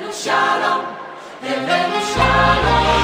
Shalom, Shalom.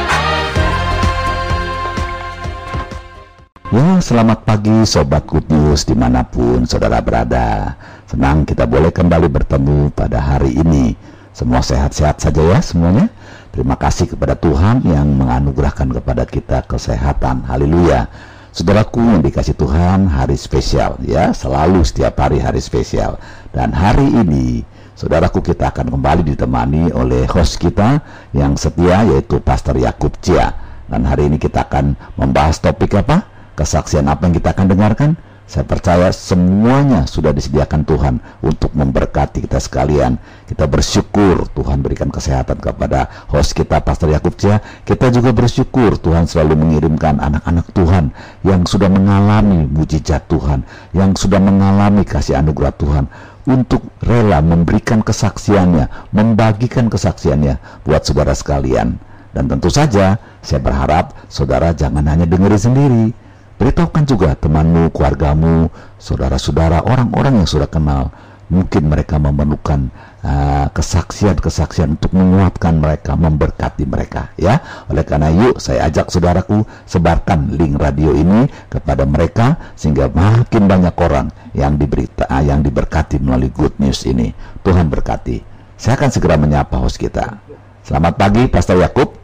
Ya, selamat pagi Sobat Good News dimanapun saudara berada. Senang kita boleh kembali bertemu pada hari ini. Semua sehat-sehat saja ya semuanya. Terima kasih kepada Tuhan yang menganugerahkan kepada kita kesehatan. Haleluya. Saudaraku yang dikasih Tuhan, hari spesial ya. Selalu setiap hari spesial. Dan hari ini saudaraku kita akan kembali ditemani oleh host kita yang setia, yaitu Pastor Yakub Cia. Dan hari ini kita akan membahas topik apa? Kesaksian apa yang kita akan dengarkan? Saya percaya semuanya sudah disediakan Tuhan untuk memberkati kita sekalian. Kita bersyukur Tuhan berikan kesehatan kepada host kita Pastor Yakub Cia. Kita juga bersyukur Tuhan selalu mengirimkan anak-anak Tuhan yang sudah mengalami mujizat Tuhan, yang sudah mengalami kasih anugerah Tuhan, untuk rela memberikan kesaksiannya, membagikan kesaksiannya buat saudara sekalian. Dan tentu saja saya berharap saudara jangan hanya dengerin sendiri, beritahukan juga temanmu, keluargamu, saudara-saudara, orang-orang yang sudah kenal. Mungkin mereka memerlukan kesaksian-kesaksian untuk menguatkan mereka, memberkati mereka ya. Oleh karena yuk saya ajak saudaraku, sebarkan link radio ini kepada mereka sehingga makin banyak orang yang diberkati melalui Good News ini. Tuhan berkati. Saya akan segera menyapa host kita. Selamat pagi Pastor Yakub.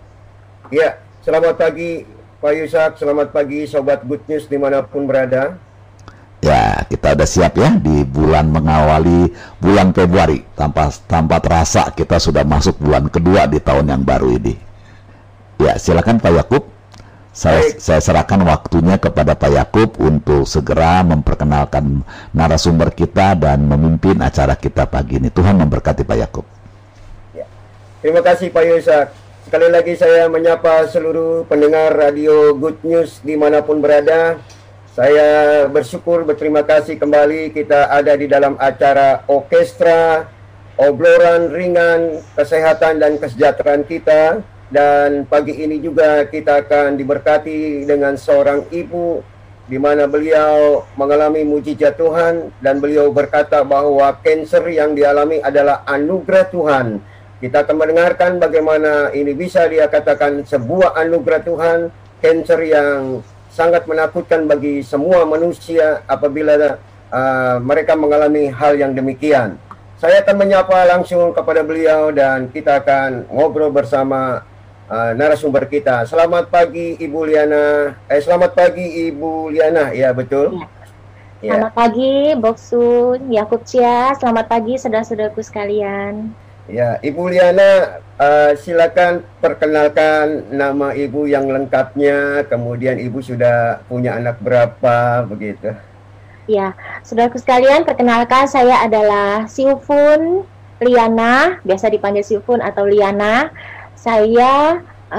Ya, selamat pagi Pak Yusak, selamat pagi Sobat Good News dimanapun berada. Ya, kita udah siap ya di bulan mengawali bulan Februari. Tanpa terasa kita sudah masuk bulan kedua di tahun yang baru ini. Ya, silakan Pak Yakub. Saya serahkan waktunya kepada Pak Yakub untuk segera memperkenalkan narasumber kita dan memimpin acara kita pagi ini. Tuhan memberkati Pak Yakub. Ya. Terima kasih Pak Yusak. Sekali lagi saya menyapa seluruh pendengar radio Good News dimanapun berada. Saya bersyukur, berterima kasih kembali kita ada di dalam acara orkestra, obrolan ringan, kesehatan dan kesejahteraan kita. Dan pagi ini juga kita akan diberkati dengan seorang ibu, di mana beliau mengalami mujizat Tuhan, dan beliau berkata bahwa kanker yang dialami adalah anugerah Tuhan. Kita akan mendengarkan bagaimana ini bisa dia katakan sebuah anugerah Tuhan, kanker yang sangat menakutkan bagi semua manusia apabila mereka mengalami hal yang demikian. Saya akan menyapa langsung kepada beliau dan kita akan ngobrol bersama narasumber kita. Selamat pagi Ibu Liana. Selamat pagi Ibu Liana, ya betul? Ya. Selamat pagi Boksun, Yakub Cia. Selamat pagi saudara-saudaraku sekalian. Ya, Ibu Liana, silakan perkenalkan nama Ibu yang lengkapnya, kemudian Ibu sudah punya anak berapa, begitu. Ya, saudaraku sekalian, perkenalkan saya adalah Siufun Liana, biasa dipanggil Siufun atau Liana. Saya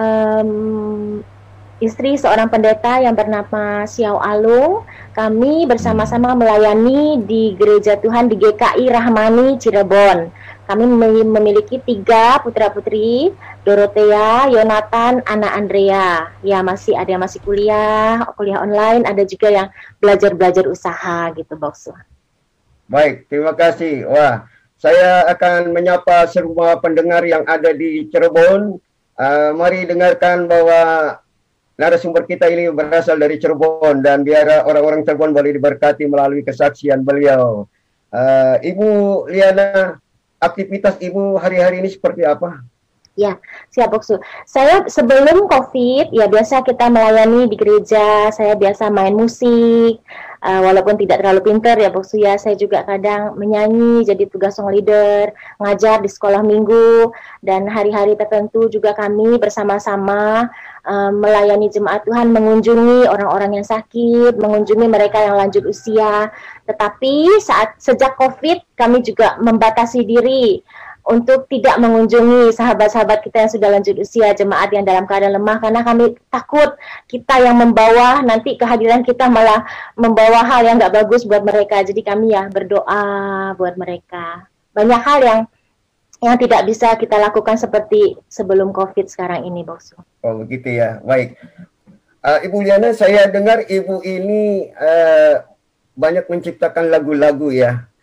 istri seorang pendeta yang bernama Xiao Alung. Kami bersama-sama melayani di Gereja Tuhan di GKI Rahmani Cirebon. Kami memiliki 3 putra-putri, Dorothea, Yonatan, Ana Andrea. Ya, masih ada yang masih kuliah online, ada juga yang belajar usaha gitu, Boksu. Baik, terima kasih. Wah, saya akan menyapa semua pendengar yang ada di Cirebon. Mari dengarkan bahwa narasumber kita ini berasal dari Cirebon dan biar orang-orang Cirebon boleh diberkati melalui kesaksian beliau. Ibu Liana, aktivitas Ibu hari-hari ini seperti apa? Ya, siap Boksu. Saya sebelum COVID, ya biasa kita melayani di gereja, saya biasa main musik, walaupun tidak terlalu pintar ya Boksu ya, saya juga kadang menyanyi, jadi tugas song leader, ngajar di sekolah minggu, dan hari-hari tertentu juga kami bersama-sama melayani jemaat Tuhan, mengunjungi orang-orang yang sakit, mengunjungi mereka yang lanjut usia. Tetapi sejak COVID, kami juga membatasi diri untuk tidak mengunjungi sahabat-sahabat kita yang sudah lanjut usia, jemaat yang dalam keadaan lemah, karena kami takut kita yang membawa, nanti kehadiran kita malah membawa hal yang nggak bagus buat mereka. Jadi kami ya berdoa buat mereka. Banyak hal yang tidak bisa kita lakukan seperti sebelum COVID sekarang ini, Boksu. Oh begitu ya, baik. Ibu Liana, saya dengar Ibu ini banyak menciptakan lagu-lagu ya.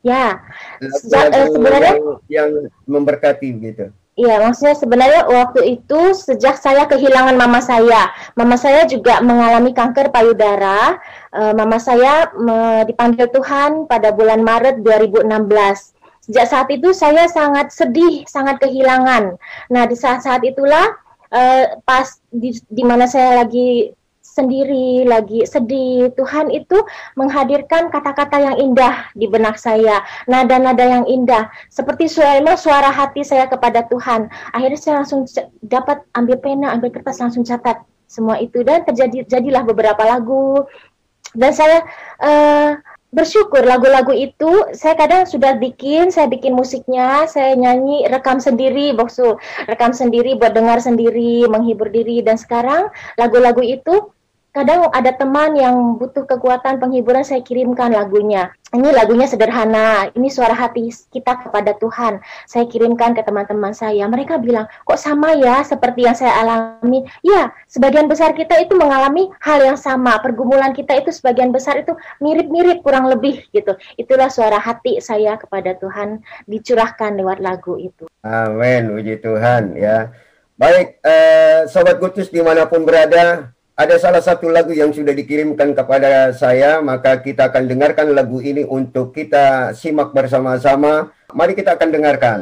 Ya, lagu-lagu sebenarnya yang memberkati gitu. iya, maksudnya sebenarnya waktu itu sejak saya kehilangan mama saya juga mengalami kanker payudara. Mama saya dipanggil Tuhan pada bulan Maret 2016. Sejak saat itu saya sangat sedih, sangat kehilangan. Nah, di saat-saat itulah pas di mana saya lagi sendiri, lagi sedih, Tuhan itu menghadirkan kata-kata yang indah di benak saya, nada-nada yang indah, seperti suara hati saya kepada Tuhan. Akhirnya saya langsung dapat ambil pena, ambil kertas, langsung catat semua itu, dan jadilah beberapa lagu. Dan saya bersyukur lagu-lagu itu saya kadang sudah saya bikin musiknya, saya nyanyi, rekam sendiri buat dengar sendiri, menghibur diri. Dan sekarang lagu-lagu itu kadang ada teman yang butuh kekuatan penghiburan, saya kirimkan lagunya. Ini lagunya sederhana, ini suara hati kita kepada Tuhan. Saya kirimkan ke teman-teman saya. Mereka bilang, kok sama ya seperti yang saya alami? Ya, sebagian besar kita itu mengalami hal yang sama. Pergumulan kita itu sebagian besar itu mirip-mirip kurang lebih gitu. Itulah suara hati saya kepada Tuhan dicurahkan lewat lagu itu. Amin, puji Tuhan ya. Baik, Sobat Good News dimanapun berada, ada salah satu lagu yang sudah dikirimkan kepada saya, maka kita akan dengarkan lagu ini untuk kita simak bersama-sama. Mari kita akan dengarkan.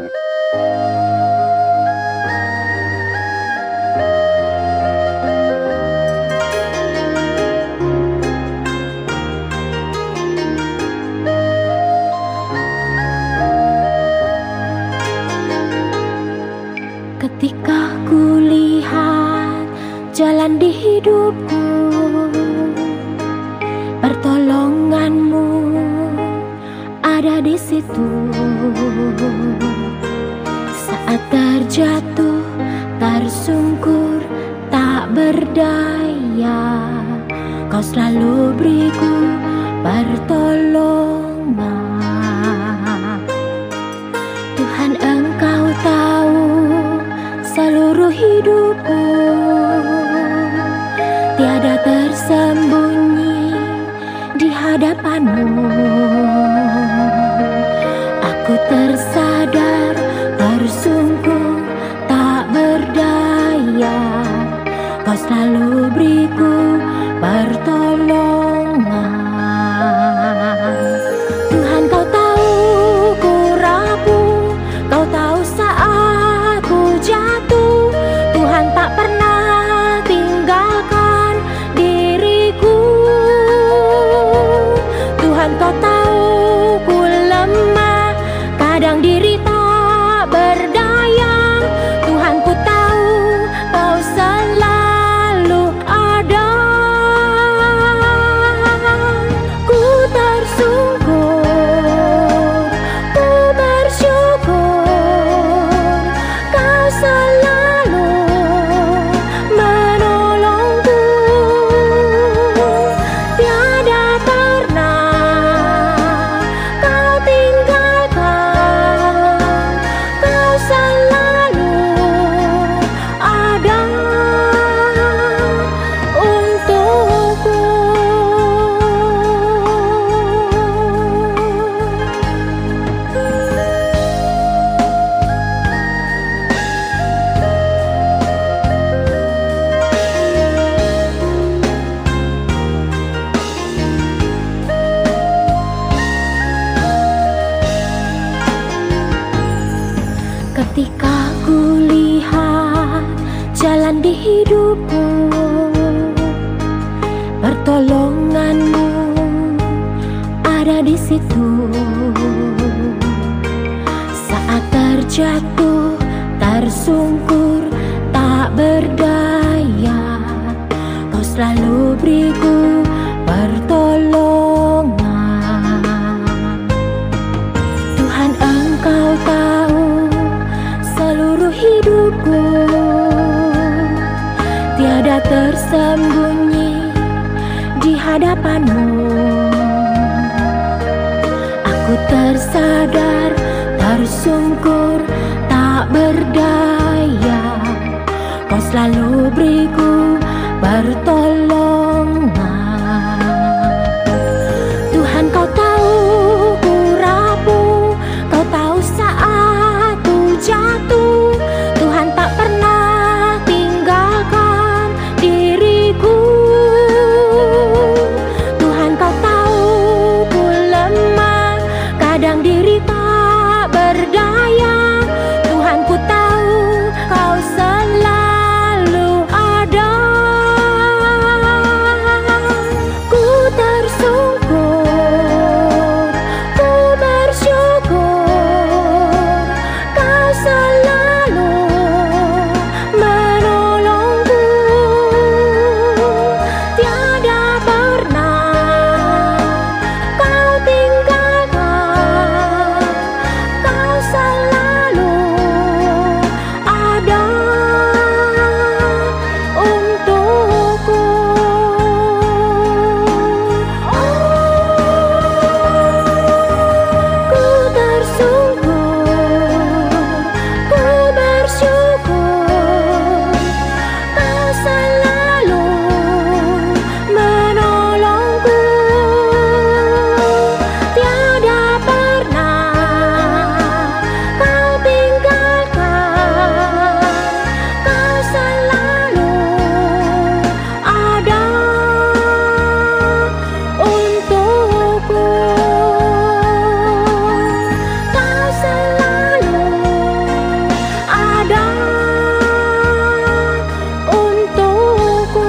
Ketika kulihat jalan di hidupku, pertolonganmu ada di situ. Saat terjatuh, tersungkur, tak berdaya, Kau selalu beriku pertolongan. Tuhan, Engkau tahu seluruh hidupku, tiada tersembunyi di hadapan-Mu. Aku tersadar, tersungkur, tak berdaya, Kau selalu beriku pertolongan. Tuhan, Kau tahu ku rapuh, Kau tahu saat ku jatuh. Tuhan tak pernah tinggalkan diriku. Tuhan, Kau tahu ku lemah, kadang diri tak berdaya. Tuhan, ku tahu Kau selalu ada. Ku tersungkur, ku bersyukur, Kau selalu menolongku. Tiada pernah Kau tinggalkan, Kau selalu ada untukku. Ketika ku lihat jalan di hidupku, pertolongan-Mu ada di situ. Saat terjatuh, tersungkur, tak berdaya, Kau selalu beriku pertolongan. Tuhan, Engkau tahu seluruh hidupku, tiada tersembunyi di hadapan-Mu. Aku tersadar, tersungkur, tak berdaya, Kau selalu beriku pertolongan. Tuhan, Kau tahu ku rapuh, berdaya. Tuhan ku tahu kau selalu ada. Ku tersungkur, ku bersyukur, kau selalu menolongku. Tiada pernah kau tinggalkan, kau selalu ada untukku. Ku tersungkur, ku bersyukur, kau selalu menolongku. Tiada pernah kau tinggalkan, kau selalu ada untukku. Kau selalu ada untukku.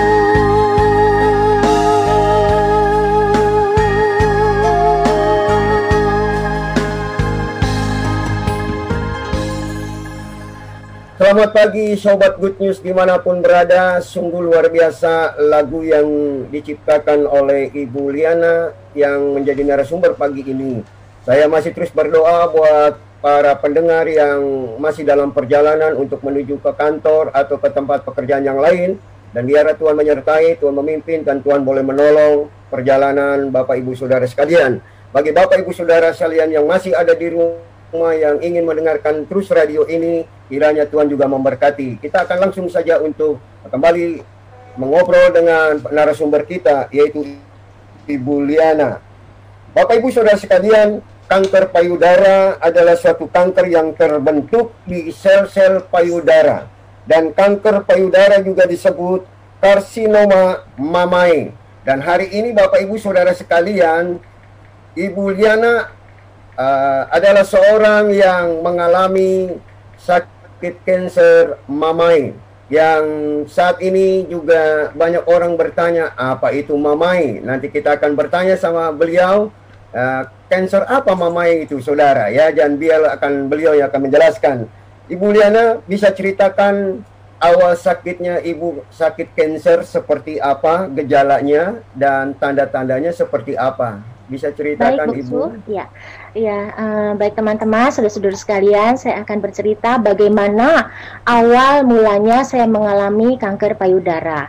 Selamat pagi Sobat Good News dimanapun berada. Sungguh luar biasa lagu yang diciptakan oleh Ibu Liana yang menjadi narasumber pagi ini. Saya masih terus berdoa buat para pendengar yang masih dalam perjalanan untuk menuju ke kantor atau ke tempat pekerjaan yang lain. Dan biarlah Tuhan menyertai, Tuhan memimpin, dan Tuhan boleh menolong perjalanan Bapak Ibu Saudara sekalian. Bagi Bapak Ibu Saudara sekalian yang masih ada di rumah yang ingin mendengarkan terus radio ini, kiranya Tuhan juga memberkati. Kita akan langsung saja untuk kembali mengobrol dengan narasumber kita, yaitu Ibu Liana. Bapak Ibu Saudara sekalian, kanker payudara adalah suatu kanker yang terbentuk di sel-sel payudara. Dan kanker payudara juga disebut karsinoma mammae. Dan hari ini Bapak Ibu Saudara sekalian, Ibu Liana adalah seorang yang mengalami sakit kanker mammae, yang saat ini juga banyak orang bertanya apa itu mammae. Nanti kita akan bertanya sama beliau, kanker apa mammae itu saudara ya, dan beliau yang akan menjelaskan. Ibu Liana bisa ceritakan awal sakitnya Ibu sakit kanker seperti apa, gejalanya dan tanda-tandanya seperti apa? Bisa ceritakan Baik, Ibu? Baik teman-teman, saudara-saudara sekalian, saya akan bercerita bagaimana awal mulanya saya mengalami kanker payudara.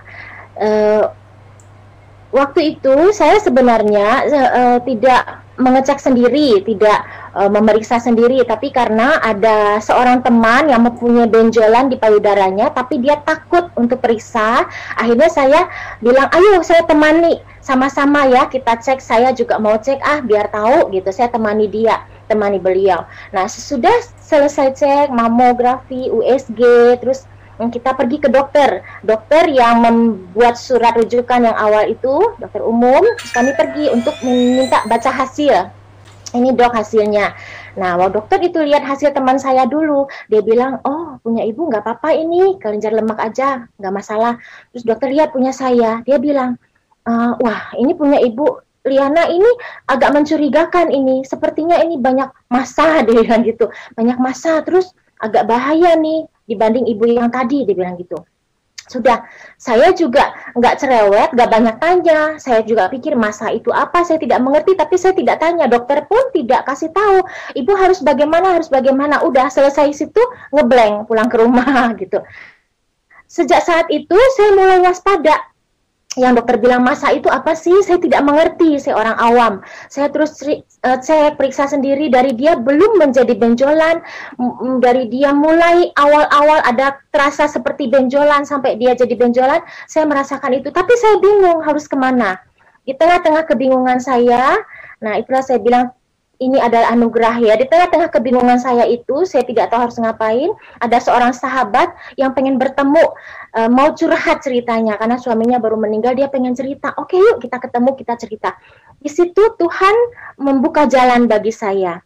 Waktu itu saya sebenarnya tidak mengecek sendiri, tidak memeriksa sendiri, tapi karena ada seorang teman yang mempunyai benjolan di payudaranya, tapi dia takut untuk periksa. Akhirnya saya bilang, ayo saya temani, sama-sama ya kita cek. Saya juga mau cek, biar tahu gitu. Saya temani beliau. Nah, sesudah selesai cek mamografi, USG, terus kita pergi ke dokter yang membuat surat rujukan yang awal itu, dokter umum. Kami pergi untuk meminta baca hasil. Ini dok hasilnya. Nah, dokter itu lihat hasil teman saya dulu. Dia bilang, oh punya ibu nggak apa-apa, ini kelenjar lemak aja, nggak masalah. Terus dokter lihat punya saya. Dia bilang, wah ini punya ibu Liana ini agak mencurigakan ini. Sepertinya ini banyak massa, dia bilang gitu. Banyak massa, terus agak bahaya nih dibanding ibu yang tadi, dia bilang gitu. Sudah, saya juga nggak cerewet, nggak banyak tanya. Saya juga pikir masa itu apa, saya tidak mengerti, tapi saya tidak tanya. Dokter pun tidak kasih tahu, ibu harus bagaimana. Udah selesai situ, ngeblank, pulang ke rumah gitu. Sejak saat itu saya mulai waspada. Yang dokter bilang masa itu apa sih? Saya tidak mengerti, saya orang awam. Saya terus cek, periksa sendiri, dari dia belum menjadi benjolan, dari dia mulai awal-awal ada terasa seperti benjolan sampai dia jadi benjolan, saya merasakan itu. Tapi saya bingung harus kemana. Di tengah-tengah kebingungan saya, nah itulah saya bilang, ini adalah anugerah ya. Di tengah-tengah kebingungan saya itu, saya tidak tahu harus ngapain. Ada seorang sahabat yang pengen bertemu, mau curhat ceritanya, karena suaminya baru meninggal, dia pengen cerita. Oke yuk kita ketemu, kita cerita. Di situ Tuhan membuka jalan bagi saya.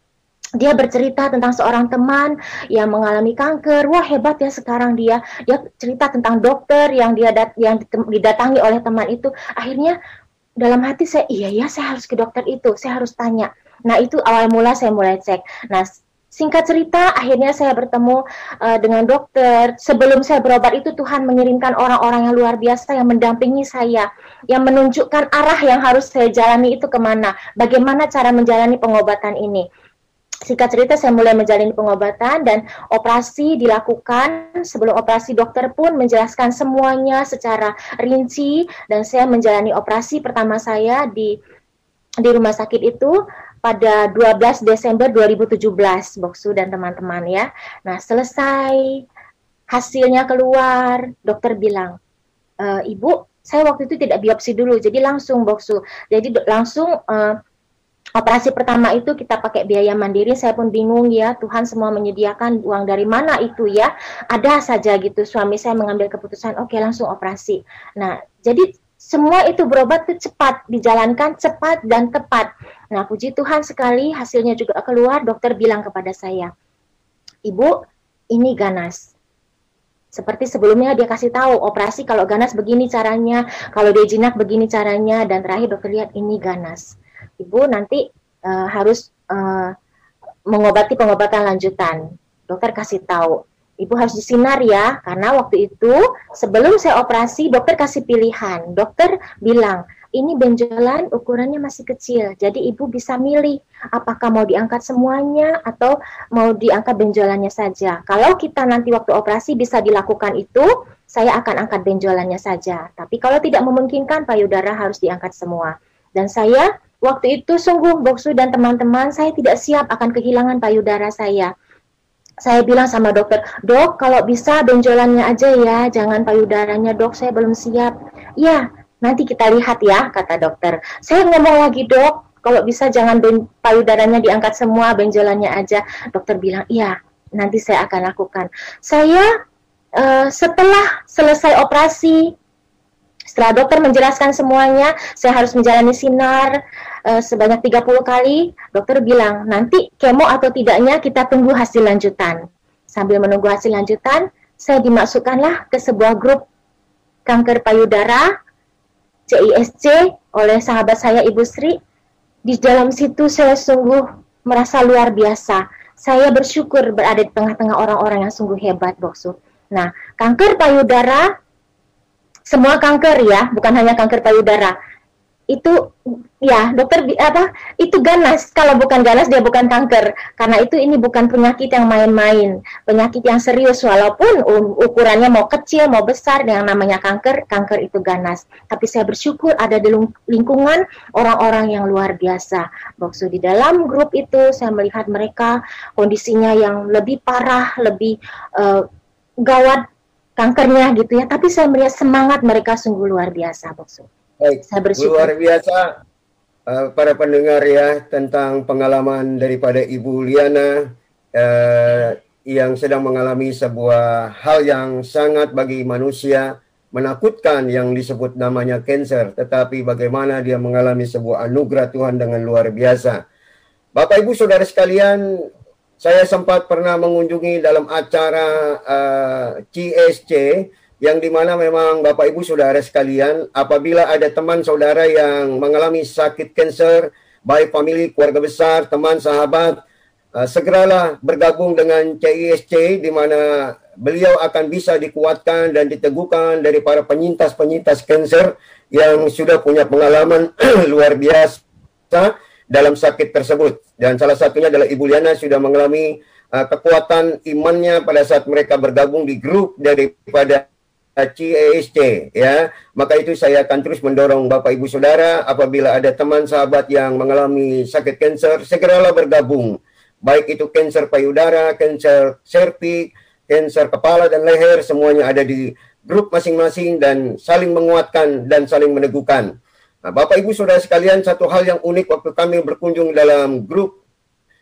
dia bercerita tentang seorang teman yang mengalami kanker. Wah, hebat ya sekarang dia cerita tentang dokter yang didatangi oleh teman itu. Akhirnya dalam hati saya, iya ya, saya harus ke dokter itu, saya harus tanya. Nah, itu awal mula saya mulai cek. Nah, singkat cerita, akhirnya saya bertemu dengan dokter. Sebelum saya berobat itu, Tuhan mengirimkan orang-orang yang luar biasa yang mendampingi saya, yang menunjukkan arah yang harus saya jalani itu kemana, bagaimana cara menjalani pengobatan ini. Singkat cerita, saya mulai menjalani pengobatan dan operasi dilakukan. Sebelum operasi, dokter pun menjelaskan semuanya secara rinci dan saya menjalani operasi pertama saya di rumah sakit itu pada 12 Desember 2017, Boksu dan teman-teman ya. Nah, selesai hasilnya keluar, dokter bilang, Ibu, saya waktu itu tidak biopsi dulu, jadi langsung Boksu. Jadi langsung operasi pertama itu kita pakai biaya mandiri. Saya pun bingung ya, Tuhan semua menyediakan, uang dari mana itu ya. Ada saja gitu, suami saya mengambil keputusan, oke, langsung operasi. Nah, jadi semua itu berobat itu cepat, dijalankan cepat dan tepat. Nah, puji Tuhan sekali, hasilnya juga keluar. Dokter bilang kepada saya, Ibu, ini ganas. Seperti sebelumnya dia kasih tahu, operasi kalau ganas begini caranya, kalau dia jinak begini caranya, dan terakhir dokter lihat ini ganas. Ibu nanti harus mengobati pengobatan lanjutan. Dokter kasih tahu, Ibu harus disinar ya, karena waktu itu sebelum saya operasi, dokter kasih pilihan. Dokter bilang, ini benjolan ukurannya masih kecil, jadi Ibu bisa milih apakah mau diangkat semuanya atau mau diangkat benjolannya saja. Kalau kita nanti waktu operasi bisa dilakukan itu, saya akan angkat benjolannya saja. Tapi kalau tidak memungkinkan, payudara harus diangkat semua. Dan saya waktu itu sungguh, Boksu dan teman-teman, saya tidak siap akan kehilangan payudara saya. Saya bilang sama dokter, Dok, kalau bisa benjolannya aja ya, jangan payudaranya, Dok, saya belum siap. Ya, nanti kita lihat ya, kata dokter. Saya ngomong lagi, Dok, kalau bisa jangan payudaranya diangkat semua, benjolannya aja. Dokter bilang, iya, nanti saya akan lakukan. Saya setelah selesai operasi, setelah dokter menjelaskan semuanya, saya harus menjalani sinar sebanyak 30 kali. Dokter bilang, nanti kemo atau tidaknya kita tunggu hasil lanjutan. Sambil menunggu hasil lanjutan, saya dimasukkanlah ke sebuah grup kanker payudara, CISC, oleh sahabat saya Ibu Sri. Di dalam situ saya sungguh merasa luar biasa. Saya bersyukur berada di tengah-tengah orang-orang yang sungguh hebat, Boksu. Nah, kanker payudara, semua kanker ya, bukan hanya kanker payudara. Itu ya, dokter itu ganas. Kalau bukan ganas dia bukan kanker. Karena itu ini bukan penyakit yang main-main, penyakit yang serius walaupun ukurannya mau kecil mau besar, yang namanya kanker itu ganas. Tapi saya bersyukur ada di lingkungan orang-orang yang luar biasa. Boksu, di dalam grup itu saya melihat mereka kondisinya yang lebih parah, lebih gawat kankernya gitu ya, tapi saya melihat semangat mereka sungguh luar biasa, Boksu. Baik, saya bersyukur. Luar biasa para pendengar ya, tentang pengalaman daripada Ibu Liana yang sedang mengalami sebuah hal yang sangat bagi manusia menakutkan yang disebut namanya cancer, tetapi bagaimana dia mengalami sebuah anugerah Tuhan dengan luar biasa. Bapak Ibu Saudara sekalian, saya sempat pernah mengunjungi dalam acara CSC, yang dimana memang Bapak Ibu Saudara sekalian, apabila ada teman saudara yang mengalami sakit kanker, baik famili, keluarga besar, teman, sahabat, segeralah bergabung dengan CISC, di mana beliau akan bisa dikuatkan dan diteguhkan dari para penyintas-penyintas kanker yang sudah punya pengalaman luar biasa dalam sakit tersebut. Dan salah satunya adalah Ibu Liana sudah mengalami kekuatan imannya pada saat mereka bergabung di grup daripada CISC ya. Maka itu saya akan terus mendorong Bapak Ibu Saudara, apabila ada teman sahabat yang mengalami sakit kanker, segeralah bergabung. Baik itu kanker payudara, kanker serviks, kanker kepala dan leher, semuanya ada di grup masing-masing dan saling menguatkan dan saling meneguhkan. Nah, Bapak Ibu Saudara sekalian, satu hal yang unik waktu kami berkunjung dalam grup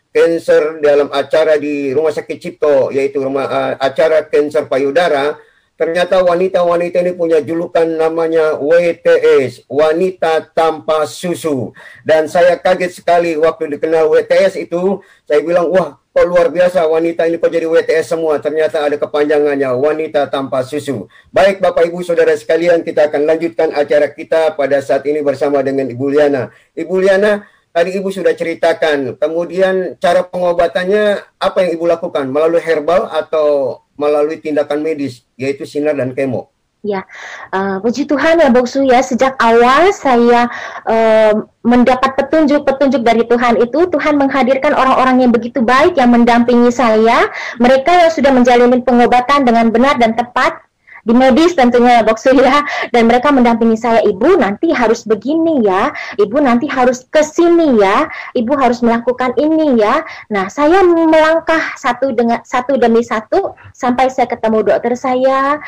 kanker dalam acara di Rumah Sakit Cipto, yaitu acara kanker payudara, ternyata wanita-wanita ini punya julukan namanya WTS, wanita tanpa susu. Dan saya kaget sekali waktu dikenal WTS itu, saya bilang, wah kok luar biasa wanita ini kok jadi WTS semua. Ternyata ada kepanjangannya, wanita tanpa susu. Baik Bapak Ibu Saudara sekalian, kita akan lanjutkan acara kita pada saat ini bersama dengan Ibu Liana. Ibu Liana, tadi Ibu sudah ceritakan, kemudian cara pengobatannya apa yang Ibu lakukan? Melalui herbal atau melalui tindakan medis, yaitu sinar dan kemo? Ya, puji Tuhan ya Boksu ya, sejak awal saya mendapat petunjuk-petunjuk dari Tuhan itu, Tuhan menghadirkan orang-orang yang begitu baik yang mendampingi saya, mereka yang sudah menjalani pengobatan dengan benar dan tepat, di medis tentunya Boksu ya, dan mereka mendampingi saya, ibu nanti harus begini ya, ibu nanti harus ke sini ya, ibu harus melakukan ini ya. Nah, saya melangkah satu demi satu sampai saya ketemu dokter saya,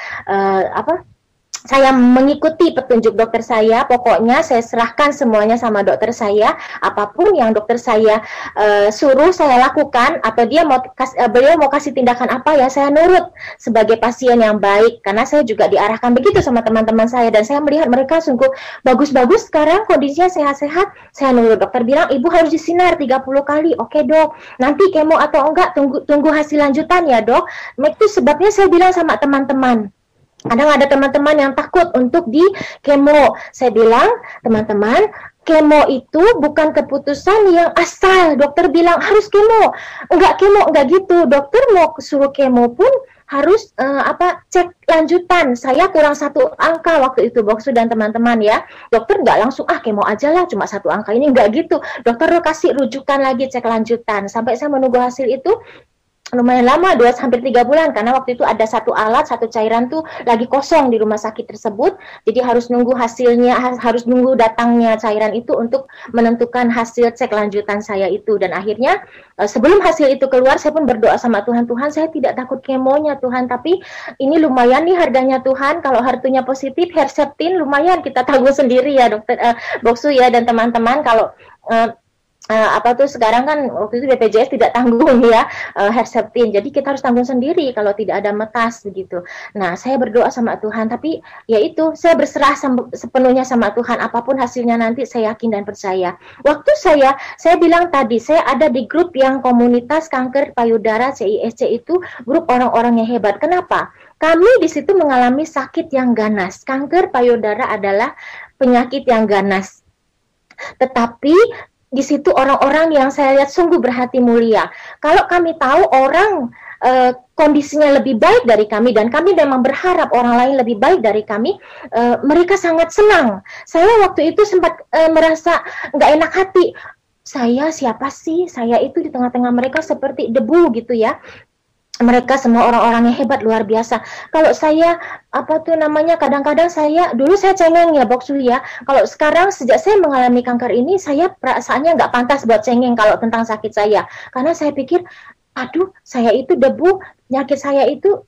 saya mengikuti petunjuk dokter saya, pokoknya saya serahkan semuanya sama dokter saya, apapun yang dokter saya suruh saya lakukan, atau beliau mau kasih tindakan apa ya, saya nurut sebagai pasien yang baik, karena saya juga diarahkan begitu sama teman-teman saya, dan saya melihat mereka sungguh bagus-bagus sekarang, kondisinya sehat-sehat, saya nurut. Dokter bilang, ibu harus disinar 30 kali, oke dok, nanti kemo atau enggak, tunggu hasil lanjutan ya dok. Itu sebabnya saya bilang sama teman-teman, kadang ada teman-teman yang takut untuk di kemo. Saya bilang, teman-teman, kemo itu bukan keputusan yang asal. Dokter bilang harus kemo, enggak gitu. Dokter mau suruh kemo pun harus cek lanjutan. Saya kurang 1 angka waktu itu, Boksu dan teman-teman ya. Dokter nggak langsung kemo aja lah, cuma 1 angka ini, nggak gitu. Dokter kasih rujukan lagi, cek lanjutan. Sampai saya menunggu hasil itu lumayan lama, 2-3 bulan, karena waktu itu ada 1 alat, 1 cairan tuh lagi kosong di rumah sakit tersebut, jadi harus nunggu hasilnya, harus nunggu datangnya cairan itu untuk menentukan hasil cek lanjutan saya itu. Dan akhirnya sebelum hasil itu keluar, saya pun berdoa sama Tuhan, Tuhan saya tidak takut kemonya Tuhan, tapi ini lumayan nih harganya Tuhan, kalau hartunya positif, Herceptin lumayan kita tanggung sendiri ya dokter Boksu ya dan teman-teman. Kalau sekarang kan waktu itu BPJS tidak tanggung ya Herceptin, jadi kita harus tanggung sendiri kalau tidak ada metas begitu. Nah, saya berdoa sama Tuhan, tapi ya itu, saya berserah sepenuhnya sama Tuhan, apapun hasilnya nanti saya yakin dan percaya. Waktu saya bilang tadi, saya ada di grup yang komunitas kanker payudara CISC, itu grup orang-orang yang hebat. Kenapa? Kami di situ mengalami sakit yang ganas. Kanker payudara adalah penyakit yang ganas, tetapi di situ orang-orang yang saya lihat sungguh berhati mulia. Kalau kami tahu orang kondisinya lebih baik dari kami, dan kami memang berharap orang lain lebih baik dari kami, mereka sangat senang. Saya waktu itu sempat merasa nggak enak hati. Saya siapa sih? Saya itu di tengah-tengah mereka seperti debu gitu ya. Mereka semua orang-orang yang hebat, luar biasa. Kalau saya, kadang-kadang dulu saya cengeng ya Boksu ya. Kalau sekarang sejak saya mengalami kanker ini, saya perasaannya nggak pantas buat cengeng kalau tentang sakit saya. Karena saya pikir, aduh, saya itu debu, penyakit saya itu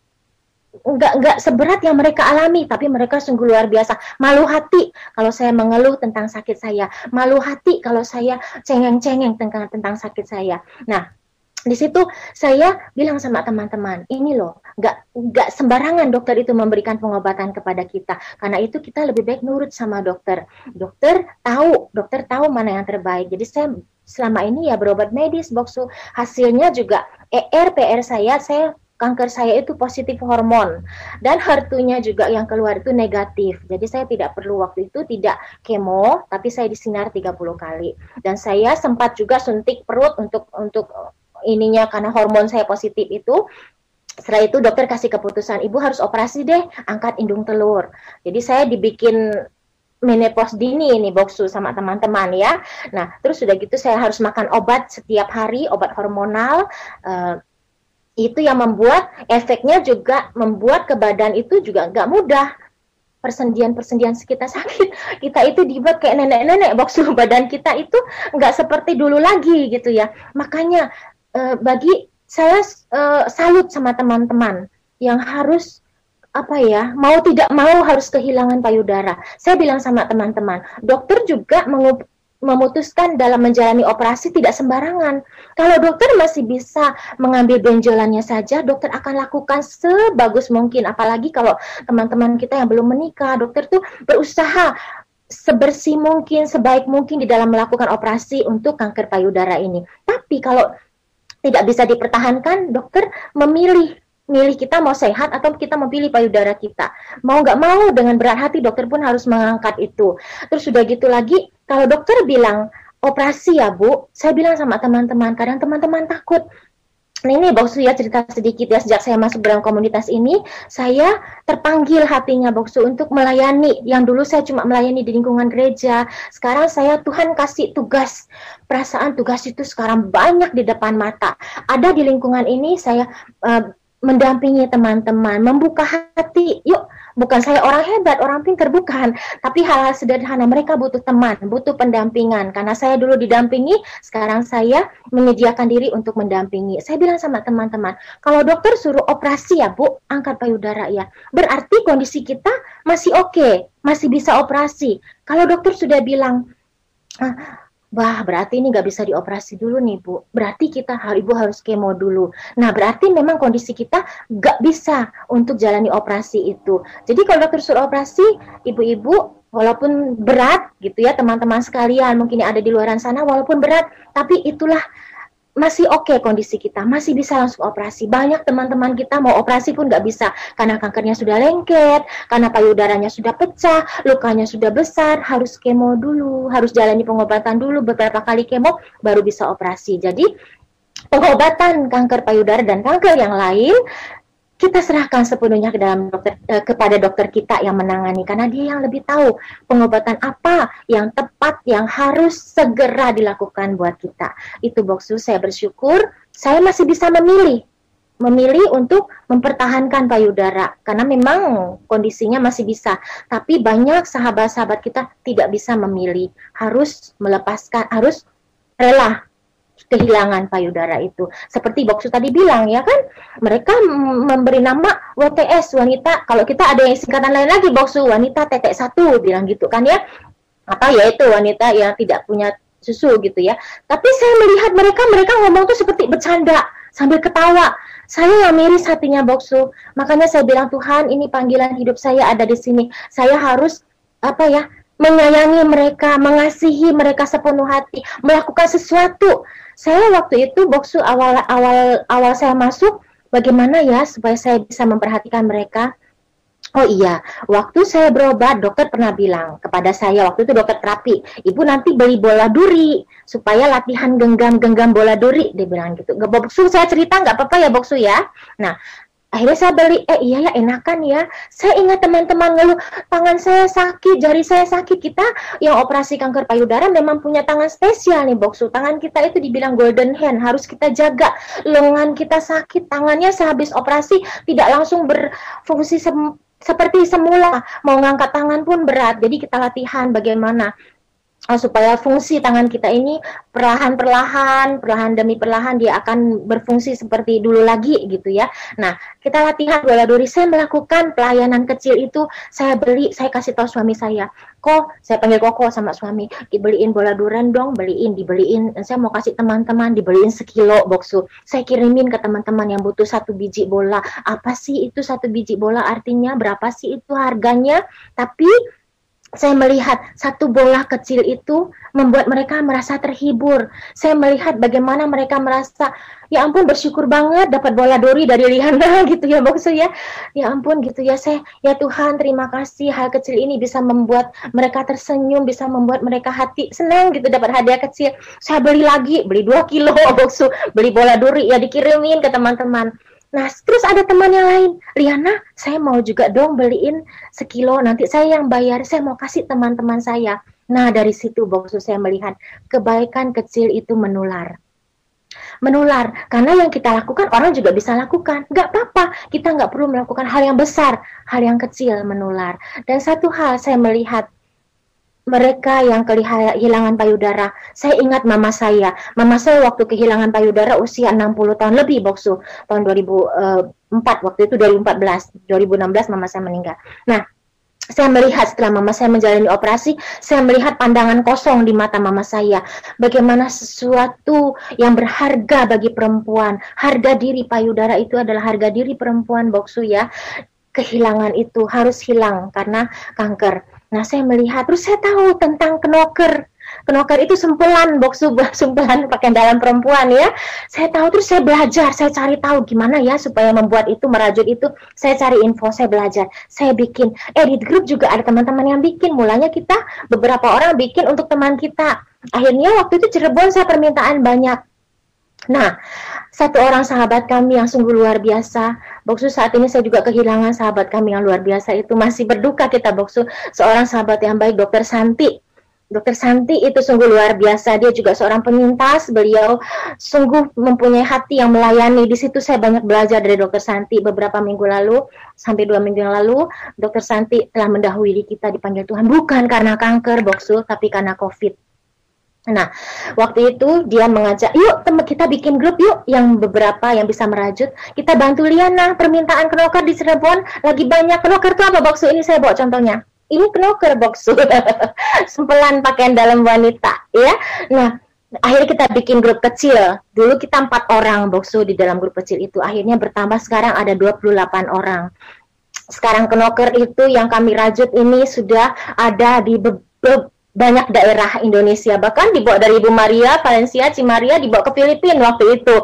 nggak seberat yang mereka alami, tapi mereka sungguh luar biasa. Malu hati kalau saya mengeluh tentang sakit saya. Malu hati kalau saya cengeng-cengeng tentang sakit saya. Nah, di situ saya bilang sama teman-teman, ini loh, nggak sembarangan dokter itu memberikan pengobatan kepada kita. Karena itu kita lebih baik nurut sama dokter. Dokter tahu mana yang terbaik. Jadi saya selama ini ya berobat medis, Boksu. Hasilnya juga PR saya kanker saya itu positif hormon, dan HER2-nya juga yang keluar itu negatif. Jadi saya tidak perlu waktu itu tidak kemo, tapi saya disinar 30 kali. Dan saya sempat juga suntik perut untuk ininya, karena hormon saya positif itu. Setelah itu dokter kasih keputusan, ibu harus operasi deh, angkat indung telur. Jadi saya dibikin menopause dini ini Boksu sama teman-teman ya. Nah, terus sudah gitu saya harus makan obat setiap hari, obat hormonal. Itu yang membuat efeknya juga membuat ke badan itu juga nggak mudah. Persendian kita sakit, kita itu dibuat kayak nenek-nenek Boksu. Badan kita itu nggak seperti dulu lagi gitu ya. Makanya bagi saya salut sama teman-teman yang harus mau tidak mau harus kehilangan payudara. Saya bilang sama teman-teman, dokter juga memutuskan dalam menjalani operasi tidak sembarangan. Kalau dokter masih bisa mengambil benjolannya saja, dokter akan lakukan sebagus mungkin. Apalagi kalau teman-teman kita yang belum menikah, dokter tuh berusaha sebersih mungkin, sebaik mungkin di dalam melakukan operasi untuk kanker payudara ini. Tapi kalau tidak bisa dipertahankan, dokter milih kita mau sehat atau kita memilih payudara kita. Mau nggak mau dengan berat hati dokter pun harus mengangkat itu. Terus sudah gitu lagi, kalau dokter bilang operasi ya Bu, saya bilang sama teman-teman, kadang teman-teman takut. Nah ini Boksu ya cerita sedikit ya, sejak saya masuk dalam komunitas ini, saya terpanggil hatinya Boksu untuk melayani. Yang dulu saya cuma melayani di lingkungan gereja, sekarang saya Tuhan kasih tugas. Perasaan tugas itu sekarang banyak di depan mata. Ada di lingkungan ini saya mendampingi teman-teman, membuka hati. Yuk, bukan saya orang hebat, orang pintar, bukan. Tapi hal-hal sederhana, mereka butuh teman, butuh pendampingan. Karena saya dulu didampingi, sekarang saya menyediakan diri untuk mendampingi. Saya bilang sama teman-teman, kalau dokter suruh operasi ya Bu, angkat payudara ya. Berarti kondisi kita masih oke, masih bisa operasi. Kalau dokter sudah bilang, wah, berarti ini nggak bisa dioperasi dulu nih Bu. Berarti Ibu harus kemo dulu. Nah, berarti memang kondisi kita nggak bisa untuk jalani operasi itu. Jadi kalau dokter suruh operasi, ibu-ibu walaupun berat gitu ya teman-teman sekalian, mungkin yang ada di luaran sana, walaupun berat, tapi itulah masih oke kondisi kita, masih bisa langsung operasi. Banyak teman-teman kita mau operasi pun nggak bisa, karena kankernya sudah lengket, karena payudaranya sudah pecah, lukanya sudah besar, harus kemo dulu, harus jalani pengobatan dulu, beberapa kali kemo, baru bisa operasi. Jadi, pengobatan kanker payudara dan kanker yang lain, kita serahkan sepenuhnya kepada dokter kita yang menangani, karena dia yang lebih tahu pengobatan apa yang tepat, yang harus segera dilakukan buat kita. Itu Boksu, saya bersyukur saya masih bisa memilih untuk mempertahankan payudara, karena memang kondisinya masih bisa. Tapi banyak sahabat-sahabat kita tidak bisa memilih, harus melepaskan, harus rela kehilangan payudara itu. Seperti Boksu tadi bilang ya kan, mereka memberi nama WTS, wanita, kalau kita ada yang singkatan lain lagi Boksu, wanita tetek 1 bilang gitu kan ya, apa ya itu wanita yang tidak punya susu gitu ya. Tapi saya melihat mereka ngomong tuh seperti bercanda sambil ketawa. Saya yang miris hatinya Boksu. Makanya saya bilang, Tuhan, ini panggilan hidup saya ada di sini. Saya harus menyayangi mereka, mengasihi mereka sepenuh hati, melakukan sesuatu. Saya waktu itu Boksu awal saya masuk, bagaimana ya supaya saya bisa memperhatikan mereka. Oh iya, waktu saya berobat, dokter pernah bilang kepada saya, waktu itu dokter terapi, Ibu nanti beli bola duri, supaya latihan genggam bola duri, dia bilang gitu. Boksu, saya cerita nggak apa-apa ya Boksu ya. Nah, akhirnya saya beli, iya ya enakan ya. Saya ingat teman-teman ngeluh, tangan saya sakit, jari saya sakit. Kita yang operasi kanker payudara memang punya tangan spesial nih Boksu. Tangan kita itu dibilang golden hand, harus kita jaga. Lengan kita sakit, tangannya sehabis operasi tidak langsung berfungsi seperti semula. Mau ngangkat tangan pun berat, jadi kita latihan bagaimana supaya fungsi tangan kita ini perlahan demi perlahan dia akan berfungsi seperti dulu lagi gitu ya. Nah, kita latihan bola duri. Saya melakukan pelayanan kecil itu, saya kasih tahu suami saya, saya panggil Koko sama suami, dibeliin bola duren dong, dibeliin, saya mau kasih teman-teman, dibeliin 1 kilo Boksu. Saya kirimin ke teman-teman yang butuh 1 biji bola. Apa sih itu 1 biji bola artinya? Berapa sih itu harganya? Tapi saya melihat 1 bola kecil itu membuat mereka merasa terhibur. Saya melihat bagaimana mereka merasa, ya ampun bersyukur banget dapat bola duri dari Liana gitu ya Boksu ya. Ya ampun gitu ya, ya Tuhan terima kasih hal kecil ini bisa membuat mereka tersenyum, bisa membuat mereka hati senang gitu dapat hadiah kecil. Saya beli 2 kilo Boksu, beli bola duri ya dikirimin ke teman-teman. Nah, terus ada teman yang lain, Liana, saya mau juga dong beliin 1 kilo, nanti saya yang bayar, saya mau kasih teman-teman saya. Nah, dari situ Boksu saya melihat kebaikan kecil itu menular, karena yang kita lakukan orang juga bisa lakukan, nggak apa-apa, kita nggak perlu melakukan hal yang besar, hal yang kecil menular. Dan satu hal saya melihat, mereka yang kehilangan payudara, saya ingat mama saya waktu kehilangan payudara usia 60 tahun lebih Boksu, tahun 2004, waktu itu 2016 mama saya meninggal. Nah, Saya melihat setelah mama saya menjalani operasi, saya melihat pandangan kosong di mata mama saya. Bagaimana sesuatu yang berharga bagi perempuan, harga diri payudara itu adalah harga diri perempuan, Boksu ya. Kehilangan itu harus hilang karena kanker. Nah, saya melihat, terus saya tahu tentang knoker. Knoker itu sempulan, Boksu, sempulan pakaian dalam perempuan ya. Saya tahu, terus saya belajar, saya cari tahu gimana ya supaya membuat itu, merajut itu. Saya cari info, saya belajar, saya bikin. Di grup juga ada teman-teman yang bikin. Mulanya kita, beberapa orang bikin untuk teman kita. Akhirnya waktu itu Cirebon saya permintaan banyak. Nah, satu orang sahabat kami yang sungguh luar biasa, Boksu, saat ini saya juga kehilangan sahabat kami yang luar biasa itu, masih berduka kita, Boksu. Seorang sahabat yang baik, Dokter Santi. Dokter Santi itu sungguh luar biasa, dia juga seorang penyintas, beliau sungguh mempunyai hati yang melayani. Di situ saya banyak belajar dari Dokter Santi. Beberapa minggu lalu, sampai 2 minggu yang lalu, Dokter Santi telah mendahului kita dipanggil Tuhan, bukan karena kanker, Boksu, tapi karena COVID. Nah, waktu itu dia mengajak, yuk teman kita bikin grup yuk, yang beberapa yang bisa merajut, kita bantu Liana, permintaan knoker di Cirebon lagi banyak. Knoker itu apa, Boksu? Ini saya bawa contohnya. Ini knoker, Boksu, sempelan pakaian dalam wanita, ya. Nah, akhirnya kita bikin grup kecil. Dulu kita 4 orang, Boksu, di dalam grup kecil itu. Akhirnya bertambah sekarang ada 28 orang. Sekarang knoker itu yang kami rajut ini sudah ada di banyak daerah Indonesia, bahkan dibawa dari Ibu Maria, Valencia, Cimaria, dibawa ke Filipina waktu itu.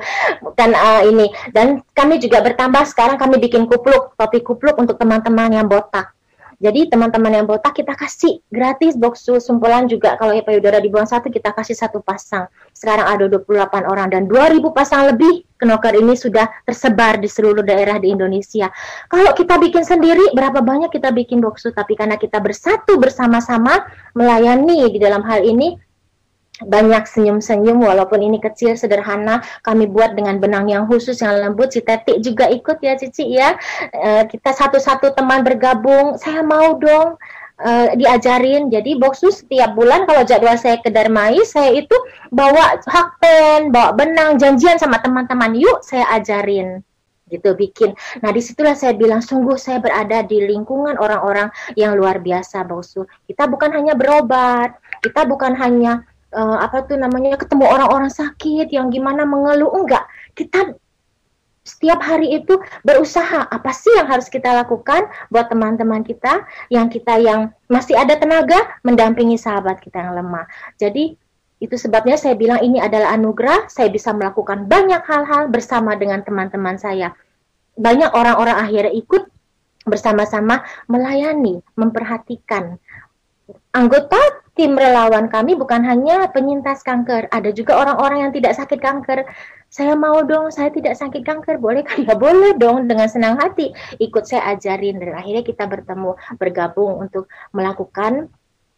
Dan kami juga bertambah, sekarang kami bikin kupluk, topi kupluk untuk teman-teman yang botak. Jadi teman-teman yang botak kita kasih gratis, Boksu, sumpulan juga. Kalau payudara dibuang 1, kita kasih 1 pasang. Sekarang ada 28 orang dan 2000 pasang lebih knoker ini sudah tersebar di seluruh daerah di Indonesia. Kalau kita bikin sendiri, berapa banyak kita bikin, Boksu, tapi karena kita bersatu bersama-sama melayani di dalam hal ini, banyak senyum-senyum, walaupun ini kecil, sederhana, kami buat dengan benang yang khusus, yang lembut. Si Tetik juga ikut ya, Cici ya. Kita satu-satu teman bergabung, saya mau dong diajarin. Jadi Boksu setiap bulan kalau jadwal saya ke Darmais, saya itu bawa hakpen, bawa benang, janjian sama teman-teman, yuk saya ajarin. Gitu bikin. Nah, disitulah saya bilang sungguh saya berada di lingkungan orang-orang yang luar biasa, Boksu. Kita bukan hanya berobat, kita bukan hanya ketemu orang-orang sakit yang gimana mengeluh, enggak. Kita setiap hari itu berusaha, apa sih yang harus kita lakukan buat teman-teman kita yang masih ada tenaga mendampingi sahabat kita yang lemah. Jadi itu sebabnya saya bilang ini adalah anugerah, saya bisa melakukan banyak hal-hal bersama dengan teman-teman saya. Banyak orang-orang akhirnya ikut bersama-sama melayani, memperhatikan. Anggota tim relawan kami bukan hanya penyintas kanker, ada juga orang-orang yang tidak sakit kanker. Saya mau dong, saya tidak sakit kanker, boleh kan? Ya boleh dong, dengan senang hati ikut saya ajarin. Dan akhirnya kita bergabung untuk melakukan,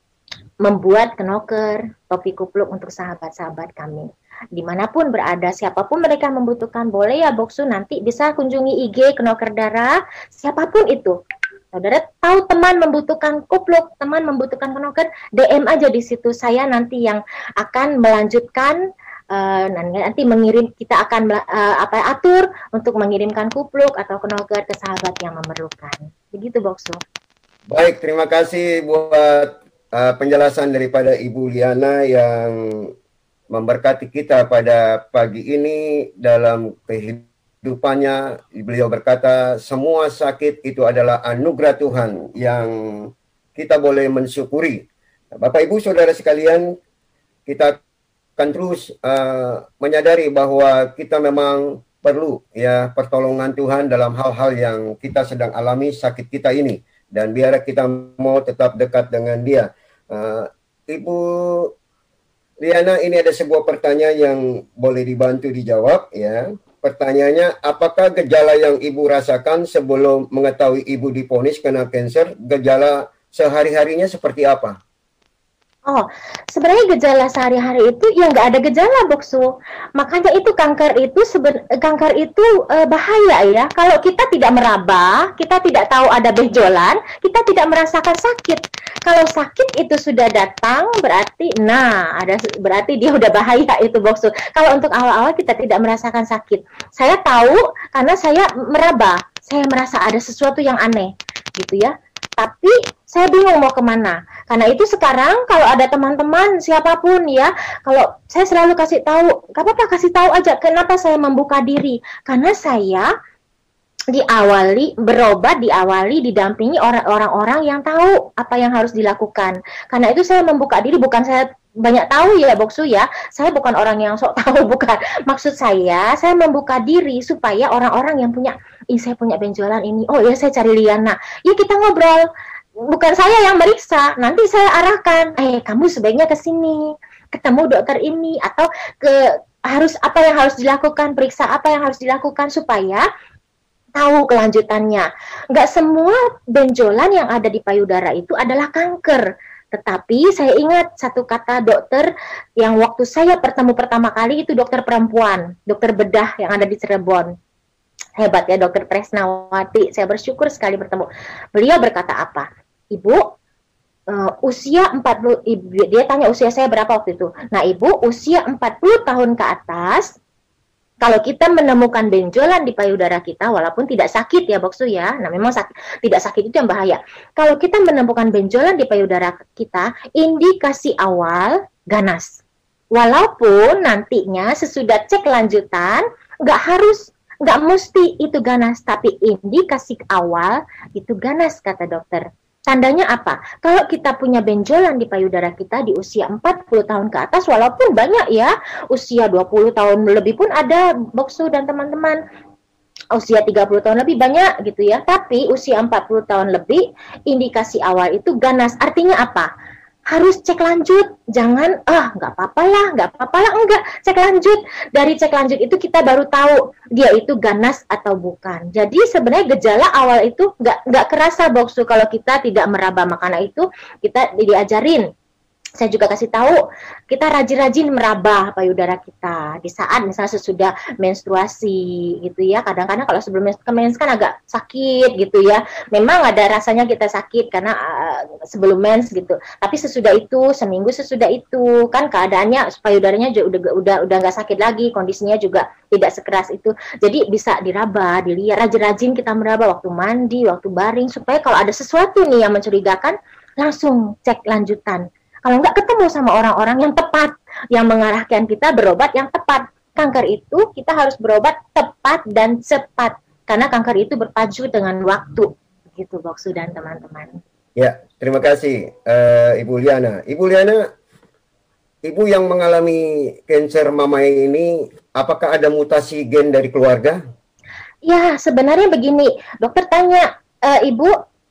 membuat knoker, topi kupluk untuk sahabat-sahabat kami. Dimanapun berada, siapapun mereka membutuhkan, boleh ya Boksu, nanti bisa kunjungi IG knoker darah, siapapun itu. Saudara tahu teman membutuhkan kupluk, teman membutuhkan knoker, DM aja di situ. Saya nanti yang akan melanjutkan, nanti kita akan atur untuk mengirimkan kupluk atau knoker ke sahabat yang memerlukan. Begitu, Boksu. Baik, terima kasih buat penjelasan daripada Ibu Liana yang memberkati kita pada pagi ini dalam kehidupannya. Beliau berkata, semua sakit itu adalah anugerah Tuhan yang kita boleh mensyukuri. Bapak Ibu Saudara sekalian, kita akan terus menyadari bahwa kita memang perlu ya pertolongan Tuhan dalam hal-hal yang kita sedang alami, sakit kita ini, dan biar kita mau tetap dekat dengan Dia. Ibu Liana, ini ada sebuah pertanyaan yang boleh dibantu dijawab ya. Pertanyaannya, apakah gejala yang Ibu rasakan sebelum mengetahui Ibu divonis kena kanker, gejala sehari-harinya seperti apa? Oh, sebenarnya gejala sehari-hari itu ya nggak ada gejala, Boksu. Makanya itu kanker itu bahaya ya. Kalau kita tidak meraba, kita tidak tahu ada benjolan, kita tidak merasakan sakit. Kalau sakit itu sudah datang, berarti dia udah bahaya itu, Boksu. Kalau untuk awal-awal kita tidak merasakan sakit. Saya tahu karena saya meraba, saya merasa ada sesuatu yang aneh, gitu ya. Tapi saya bingung mau kemana. Karena itu sekarang kalau ada teman-teman siapapun ya, kalau saya selalu kasih tahu, gak apa-apa kasih tahu aja kenapa saya membuka diri. Karena saya diawali didampingi orang-orang yang tahu apa yang harus dilakukan. Karena itu saya membuka diri, bukan saya banyak tahu ya Boksu ya, saya bukan orang yang sok tahu, bukan. Maksud saya membuka diri supaya orang-orang yang punya, saya punya benjolan ini, oh ya saya cari Liana, ya kita ngobrol. Bukan saya yang meriksa, nanti saya arahkan, kamu sebaiknya ke sini, ketemu dokter ini, atau apa yang harus dilakukan, periksa apa yang harus dilakukan supaya tahu kelanjutannya. Nggak semua benjolan yang ada di payudara itu adalah kanker. Tetapi saya ingat satu kata dokter yang waktu saya bertemu pertama kali itu dokter perempuan, dokter bedah yang ada di Cirebon. Hebat ya dokter Tresnawati, saya bersyukur sekali bertemu. Beliau berkata apa? Ibu, usia 40, dia tanya usia saya berapa waktu itu. Nah ibu, usia 40 tahun ke atas, kalau kita menemukan benjolan di payudara kita, walaupun tidak sakit ya Boksu ya, nah memang tidak sakit itu yang bahaya. Kalau kita menemukan benjolan di payudara kita, indikasi awal ganas. Walaupun nantinya sesudah cek lanjutan, nggak mesti itu ganas, tapi indikasi awal itu ganas kata dokter. Tandanya apa? Kalau kita punya benjolan di payudara kita di usia 40 tahun ke atas, walaupun banyak ya, usia 20 tahun lebih pun ada Boksu dan teman-teman, usia 30 tahun lebih banyak gitu ya, tapi usia 40 tahun lebih, indikasi awal itu ganas. Artinya apa? Harus cek lanjut, jangan nggak apa-apa lah, enggak, cek lanjut. Dari cek lanjut itu kita baru tahu dia itu ganas atau bukan. Jadi sebenarnya gejala awal itu nggak kerasa Boksu kalau kita tidak meraba. Makanya itu kita diajarin. Saya juga kasih tahu, kita rajin-rajin meraba payudara kita di saat misalnya sesudah menstruasi gitu ya. Kadang-kadang kalau sebelum mens kan agak sakit gitu ya. Memang ada rasanya kita sakit karena sebelum mens gitu. Tapi sesudah itu, seminggu sesudah itu kan keadaannya payudaranya udah nggak sakit lagi, kondisinya juga tidak sekeras itu. Jadi bisa diraba, dilihat, rajin-rajin kita meraba waktu mandi, waktu baring, supaya kalau ada sesuatu nih yang mencurigakan, langsung cek lanjutan. Kalau nggak ketemu sama orang-orang yang tepat, yang mengarahkan kita berobat yang tepat. Kanker itu kita harus berobat tepat dan cepat. Karena kanker itu berpacu dengan waktu. Begitu Boksu dan teman-teman. Ya, terima kasih Ibu Liana. Ibu Liana, Ibu yang mengalami kanker mamai ini, apakah ada mutasi gen dari keluarga? Ya, sebenarnya begini. Dokter tanya, Ibu...